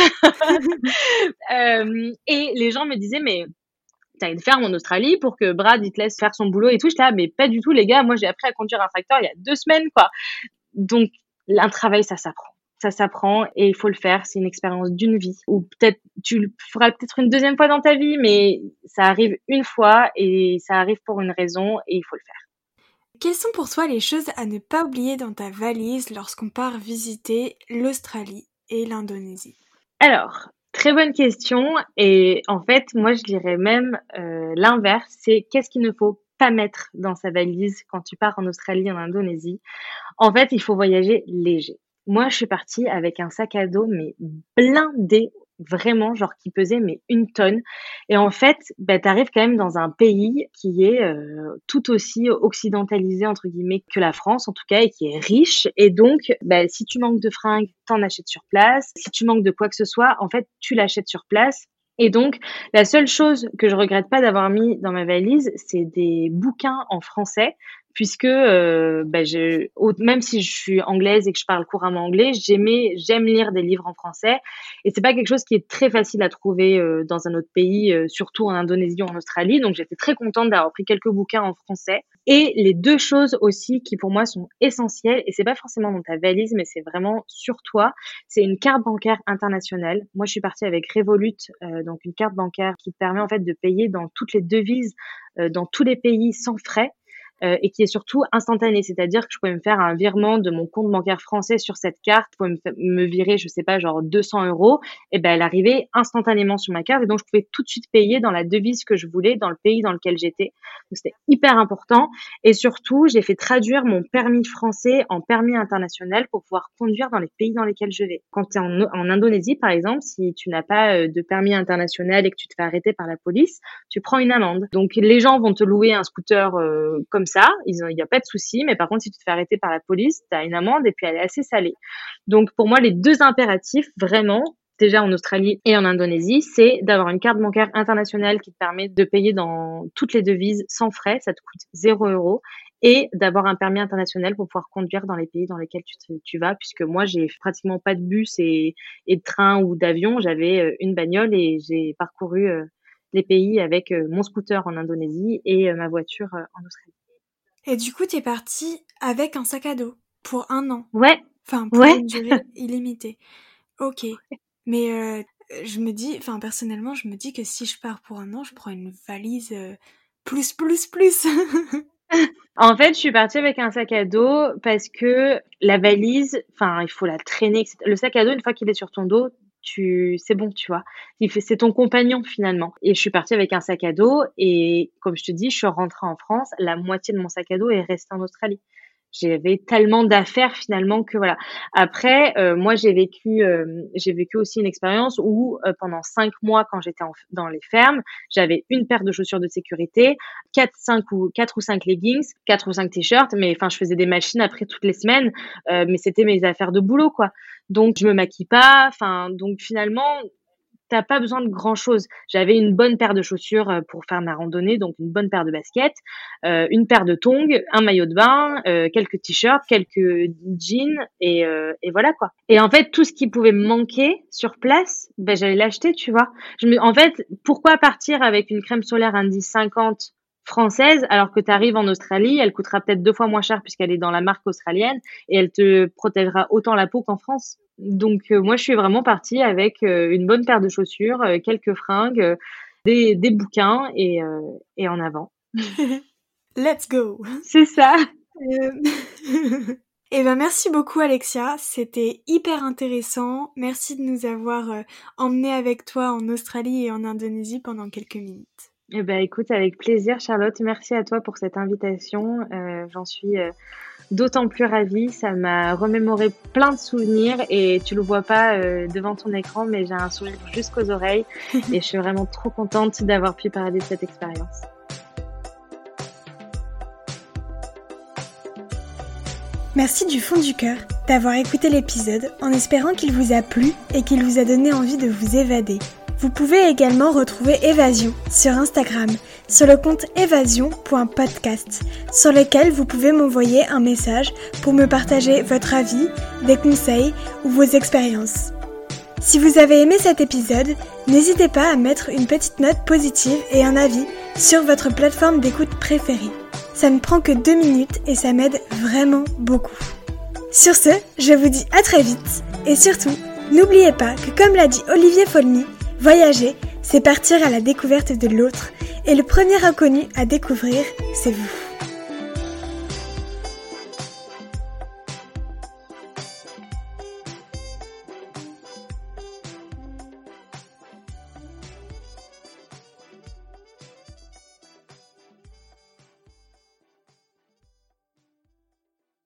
et les gens me disaient, mais t'as une ferme en Australie pour que Brad, il te laisse faire son boulot et tout. J'étais là, mais pas du tout, les gars. Moi, j'ai appris à conduire un tracteur il y a 2 semaines, quoi. Donc, un travail, ça s'apprend. Ça s'apprend et il faut le faire. C'est une expérience d'une vie. Ou peut-être, tu le feras peut-être une deuxième fois dans ta vie, mais ça arrive une fois et ça arrive pour une raison et il faut le faire. Quelles sont pour toi les choses à ne pas oublier dans ta valise lorsqu'on part visiter l'Australie et l'Indonésie? Alors, très bonne question. Et en fait, moi, je dirais même l'inverse. C'est qu'est-ce qu'il ne faut pas mettre dans sa valise quand tu pars en Australie, en Indonésie. En fait, il faut voyager léger. Moi, je suis partie avec un sac à dos, mais blindé, vraiment, genre qui pesait 1 tonne. Et en fait, t'arrives quand même dans un pays qui est tout aussi occidentalisé entre guillemets que la France, en tout cas, et qui est riche. Et donc, si tu manques de fringues, t'en achètes sur place. Si tu manques de quoi que ce soit, en fait, tu l'achètes sur place. Et donc, la seule chose que je regrette pas d'avoir mis dans ma valise, c'est des bouquins en français, puisque même si je suis anglaise et que je parle couramment anglais, j'aime lire des livres en français, et c'est pas quelque chose qui est très facile à trouver dans un autre pays, surtout en Indonésie ou en Australie. Donc j'étais très contente d'avoir pris quelques bouquins en français. Et les 2 choses aussi qui pour moi sont essentielles, et c'est pas forcément dans ta valise, mais c'est vraiment sur toi, c'est une carte bancaire internationale. Moi, je suis partie avec Revolut, donc une carte bancaire qui te permet en fait de payer dans toutes les devises, dans tous les pays sans frais. Et qui est surtout instantanée, c'est-à-dire que je pouvais me faire un virement de mon compte bancaire français sur cette carte, je pouvais me virer, je sais pas, genre 200 €, et elle arrivait instantanément sur ma carte, et donc je pouvais tout de suite payer dans la devise que je voulais, dans le pays dans lequel j'étais. Donc c'était hyper important, et surtout, j'ai fait traduire mon permis français en permis international pour pouvoir conduire dans les pays dans lesquels je vais. Quand tu es en Indonésie, par exemple, si tu n'as pas de permis international et que tu te fais arrêter par la police, tu prends une amende. Donc les gens vont te louer un scooter comme ça, il y a pas de souci, mais par contre si tu te fais arrêter par la police, tu as une amende et puis elle est assez salée. Donc pour moi les 2 impératifs vraiment, déjà en Australie et en Indonésie, c'est d'avoir une carte bancaire internationale qui te permet de payer dans toutes les devises sans frais, ça te coûte 0 €, et d'avoir un permis international pour pouvoir conduire dans les pays dans lesquels tu vas, puisque moi j'ai pratiquement pas de bus et de train ou d'avion, j'avais une bagnole et j'ai parcouru les pays avec mon scooter en Indonésie et ma voiture en Australie. Et du coup, t'es partie avec un sac à dos pour 1 an. Ouais, Enfin, pour ouais. une durée illimitée. Ok. Mais personnellement, je me dis que si je pars pour 1 an, je prends une valise plus. En fait, je suis partie avec un sac à dos parce que la valise, il faut la traîner, etc. Le sac à dos, une fois qu'il est sur ton dos, c'est bon, tu vois. C'est ton compagnon finalement. Et je suis partie avec un sac à dos et comme je te dis, je suis rentrée en France, la moitié de mon sac à dos est resté en Australie. J'avais tellement d'affaires finalement que voilà. Après, moi j'ai vécu aussi une expérience où pendant 5 mois quand j'étais dans les fermes, j'avais une paire de chaussures de sécurité, 4 ou 5 leggings, 4 ou 5 t-shirts, mais je faisais des machines après toutes les semaines, mais c'était mes affaires de boulot quoi. Donc je me maquille pas, donc finalement t'as pas besoin de grand chose. J'avais une bonne paire de chaussures pour faire ma randonnée, donc une bonne paire de baskets, une paire de tongs, un maillot de bain, quelques t-shirts, quelques jeans et voilà quoi. Et en fait, tout ce qui pouvait me manquer sur place, j'allais l'acheter, tu vois. En fait, pourquoi partir avec une crème solaire Indice 50 française alors que tu arrives en Australie, elle coûtera peut-être 2 fois moins cher puisqu'elle est dans la marque australienne et elle te protégera autant la peau qu'en France. Donc moi je suis vraiment partie avec une bonne paire de chaussures, quelques fringues, des bouquins et en avant. Let's go. C'est ça. Eh ben merci beaucoup Alexia, c'était hyper intéressant. Merci de nous avoir emmenés avec toi en Australie et en Indonésie pendant quelques minutes. Eh ben, écoute, avec plaisir, Charlotte. Merci à toi pour cette invitation. J'en suis d'autant plus ravie. Ça m'a remémoré plein de souvenirs et tu le vois pas devant ton écran, mais j'ai un sourire jusqu'aux oreilles et je suis vraiment trop contente d'avoir pu parler de cette expérience. Merci du fond du cœur d'avoir écouté l'épisode en espérant qu'il vous a plu et qu'il vous a donné envie de vous évader. Vous pouvez également retrouver Évasion sur Instagram, sur le compte évasion.podcast, sur lequel vous pouvez m'envoyer un message pour me partager votre avis, des conseils ou vos expériences. Si vous avez aimé cet épisode, n'hésitez pas à mettre une petite note positive et un avis sur votre plateforme d'écoute préférée. Ça ne prend que 2 minutes et ça m'aide vraiment beaucoup. Sur ce, je vous dis à très vite et surtout, n'oubliez pas que comme l'a dit Olivier Folmy, voyager, c'est partir à la découverte de l'autre et le premier inconnu à découvrir, c'est vous.